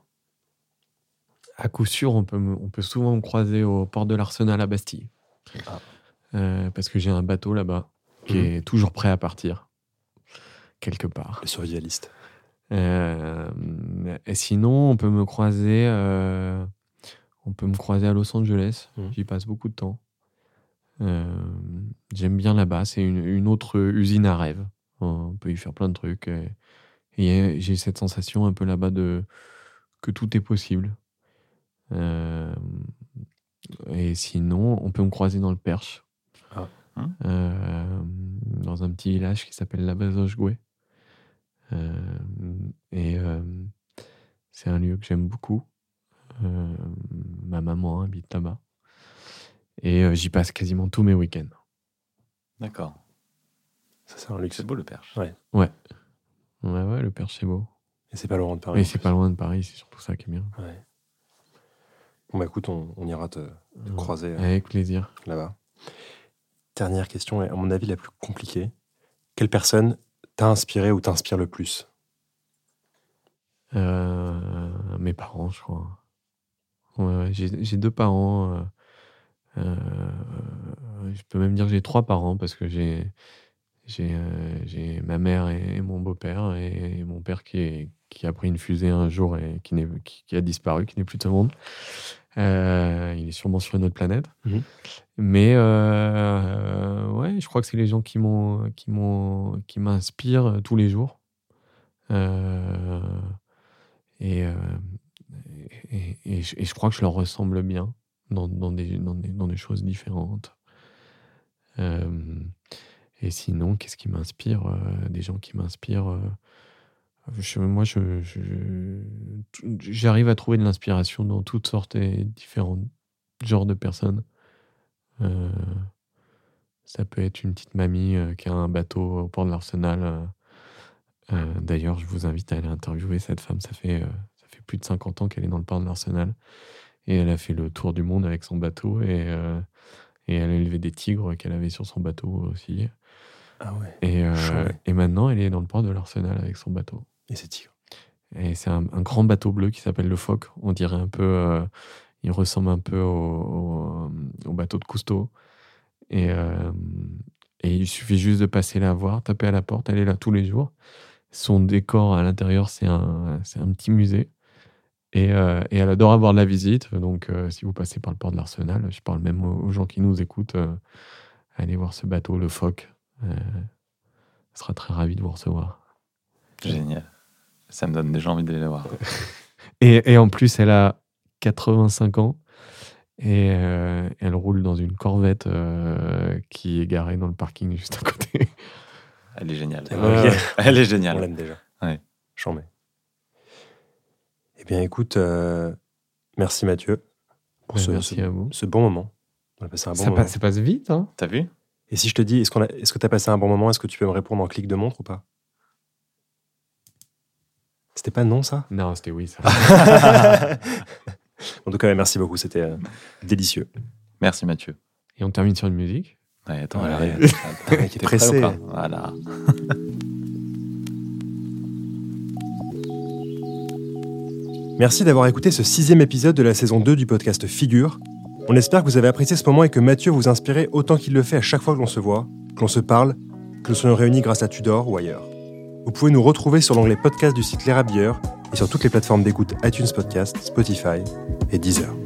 À coup sûr, on peut, me, on peut souvent me croiser au port de l'Arsenal à Bastille. Ah. Euh, parce que j'ai un bateau là-bas qui mmh. est toujours prêt à partir. Quelque part. Le survivaliste. Euh, et sinon, on peut me croiser, euh, on peut me croiser à Los Angeles. Mmh. J'y passe beaucoup de temps. Euh, j'aime bien là-bas. C'est une, une autre usine à rêve. On peut y faire plein de trucs. Et, et j'ai cette sensation un peu là-bas de que tout est possible. Euh, et sinon, on peut me croiser dans le Perche. Ah. Hein euh, dans un petit village qui s'appelle La Bazoche-Gouet. Euh, et euh, c'est un lieu que j'aime beaucoup. Euh, ma maman habite là-bas. Et euh, j'y passe quasiment tous mes week-ends. D'accord. Ça, c'est un luxe. C'est beau, le Perche. Ouais. Ouais. Ouais, ouais, le Perche, c'est beau. Et c'est pas loin de Paris. Et c'est pas loin de Paris, c'est surtout ça qui est bien. Ouais. Bon, bah écoute, on, on ira te, te ouais. croiser. Euh, Avec plaisir. Là-bas. Dernière question, à mon avis, la plus compliquée. Quelle personne t'a inspiré ou t'inspire le plus? Euh, mes parents, je crois. Ouais, ouais, j'ai, j'ai deux parents. euh, euh, je peux même dire que j'ai trois parents parce que j'ai, j'ai, euh, j'ai ma mère et mon beau-père et mon père qui, est, qui a pris une fusée un jour et qui, n'est, qui, qui a disparu, qui n'est plus de ce monde. Euh, il est sûrement sur une autre planète. Mhm. Mais euh, euh, ouais, je crois que c'est les gens qui, m'ont, qui, m'ont, qui m'inspirent tous les jours. Euh, et, euh, et, et, je, et je crois que je leur ressemble bien dans, dans, des, dans, des, dans des choses différentes. Euh, et sinon, qu'est-ce qui m'inspire euh, Des gens qui m'inspirent. Euh, je, moi, je, je, j'arrive à trouver de l'inspiration dans toutes sortes et différents genres de personnes. Euh, ça peut être une petite mamie euh, qui a un bateau au port de l'Arsenal. Euh, euh, d'ailleurs, je vous invite à aller interviewer cette femme. Ça fait, euh, ça fait plus de cinquante ans qu'elle est dans le port de l'Arsenal. Et elle a fait le tour du monde avec son bateau. Et, euh, et elle a élevé des tigres qu'elle avait sur son bateau aussi. Ah ouais. Et, euh, et maintenant, elle est dans le port de l'Arsenal avec son bateau. Et ces tigres. Et c'est un, un grand bateau bleu qui s'appelle le Phoque. On dirait un peu... Euh, il ressemble un peu au, au, au bateau de Cousteau. Et, euh, et il suffit juste de passer la voir, taper à la porte, elle est là tous les jours. Son décor à l'intérieur, c'est un, c'est un petit musée. Et, euh, et elle adore avoir de la visite. Donc, euh, si vous passez par le port de l'Arsenal, je parle même aux, aux gens qui nous écoutent, euh, allez voir ce bateau, le Phoque. Euh, elle sera très ravie de vous recevoir. Génial. Ça me donne déjà envie d'aller la voir. Et, et en plus, elle a quatre-vingt-cinq ans. Et euh, elle roule dans une Corvette euh, qui est garée dans le parking juste à côté. Elle est géniale. Ouais. Elle est géniale. On l'aime déjà. Ouais. J'en mets. Eh bien, écoute, euh, merci Mathieu pour Ben, ce, merci ce, à vous. ce bon moment. On a passé un bon Ça moment. passe, ça passe vite, hein? T'as vu? Et si je te dis, est-ce, qu'on a, est-ce que tu as passé un bon moment? Est-ce que tu peux me répondre en clic de montre ou pas? C'était pas non, ça? Non, c'était oui, ça. En tout cas, merci beaucoup. C'était euh, délicieux. Merci Mathieu. Et on termine sur une musique. Ouais, attends, Ouais. elle arrive. Le mec est T'es prêt pressé. ou pas? Voilà. Merci d'avoir écouté ce sixième épisode de la saison deux du podcast Figure. On espère que vous avez apprécié ce moment et que Mathieu vous inspirait autant qu'il le fait à chaque fois que l'on se voit, que l'on se parle, que nous soyons réunis grâce à Tudor ou ailleurs. Vous pouvez nous retrouver sur l'onglet podcast du site L'Érabilleur et sur toutes les plateformes d'écoute iTunes Podcast, Spotify et Deezer.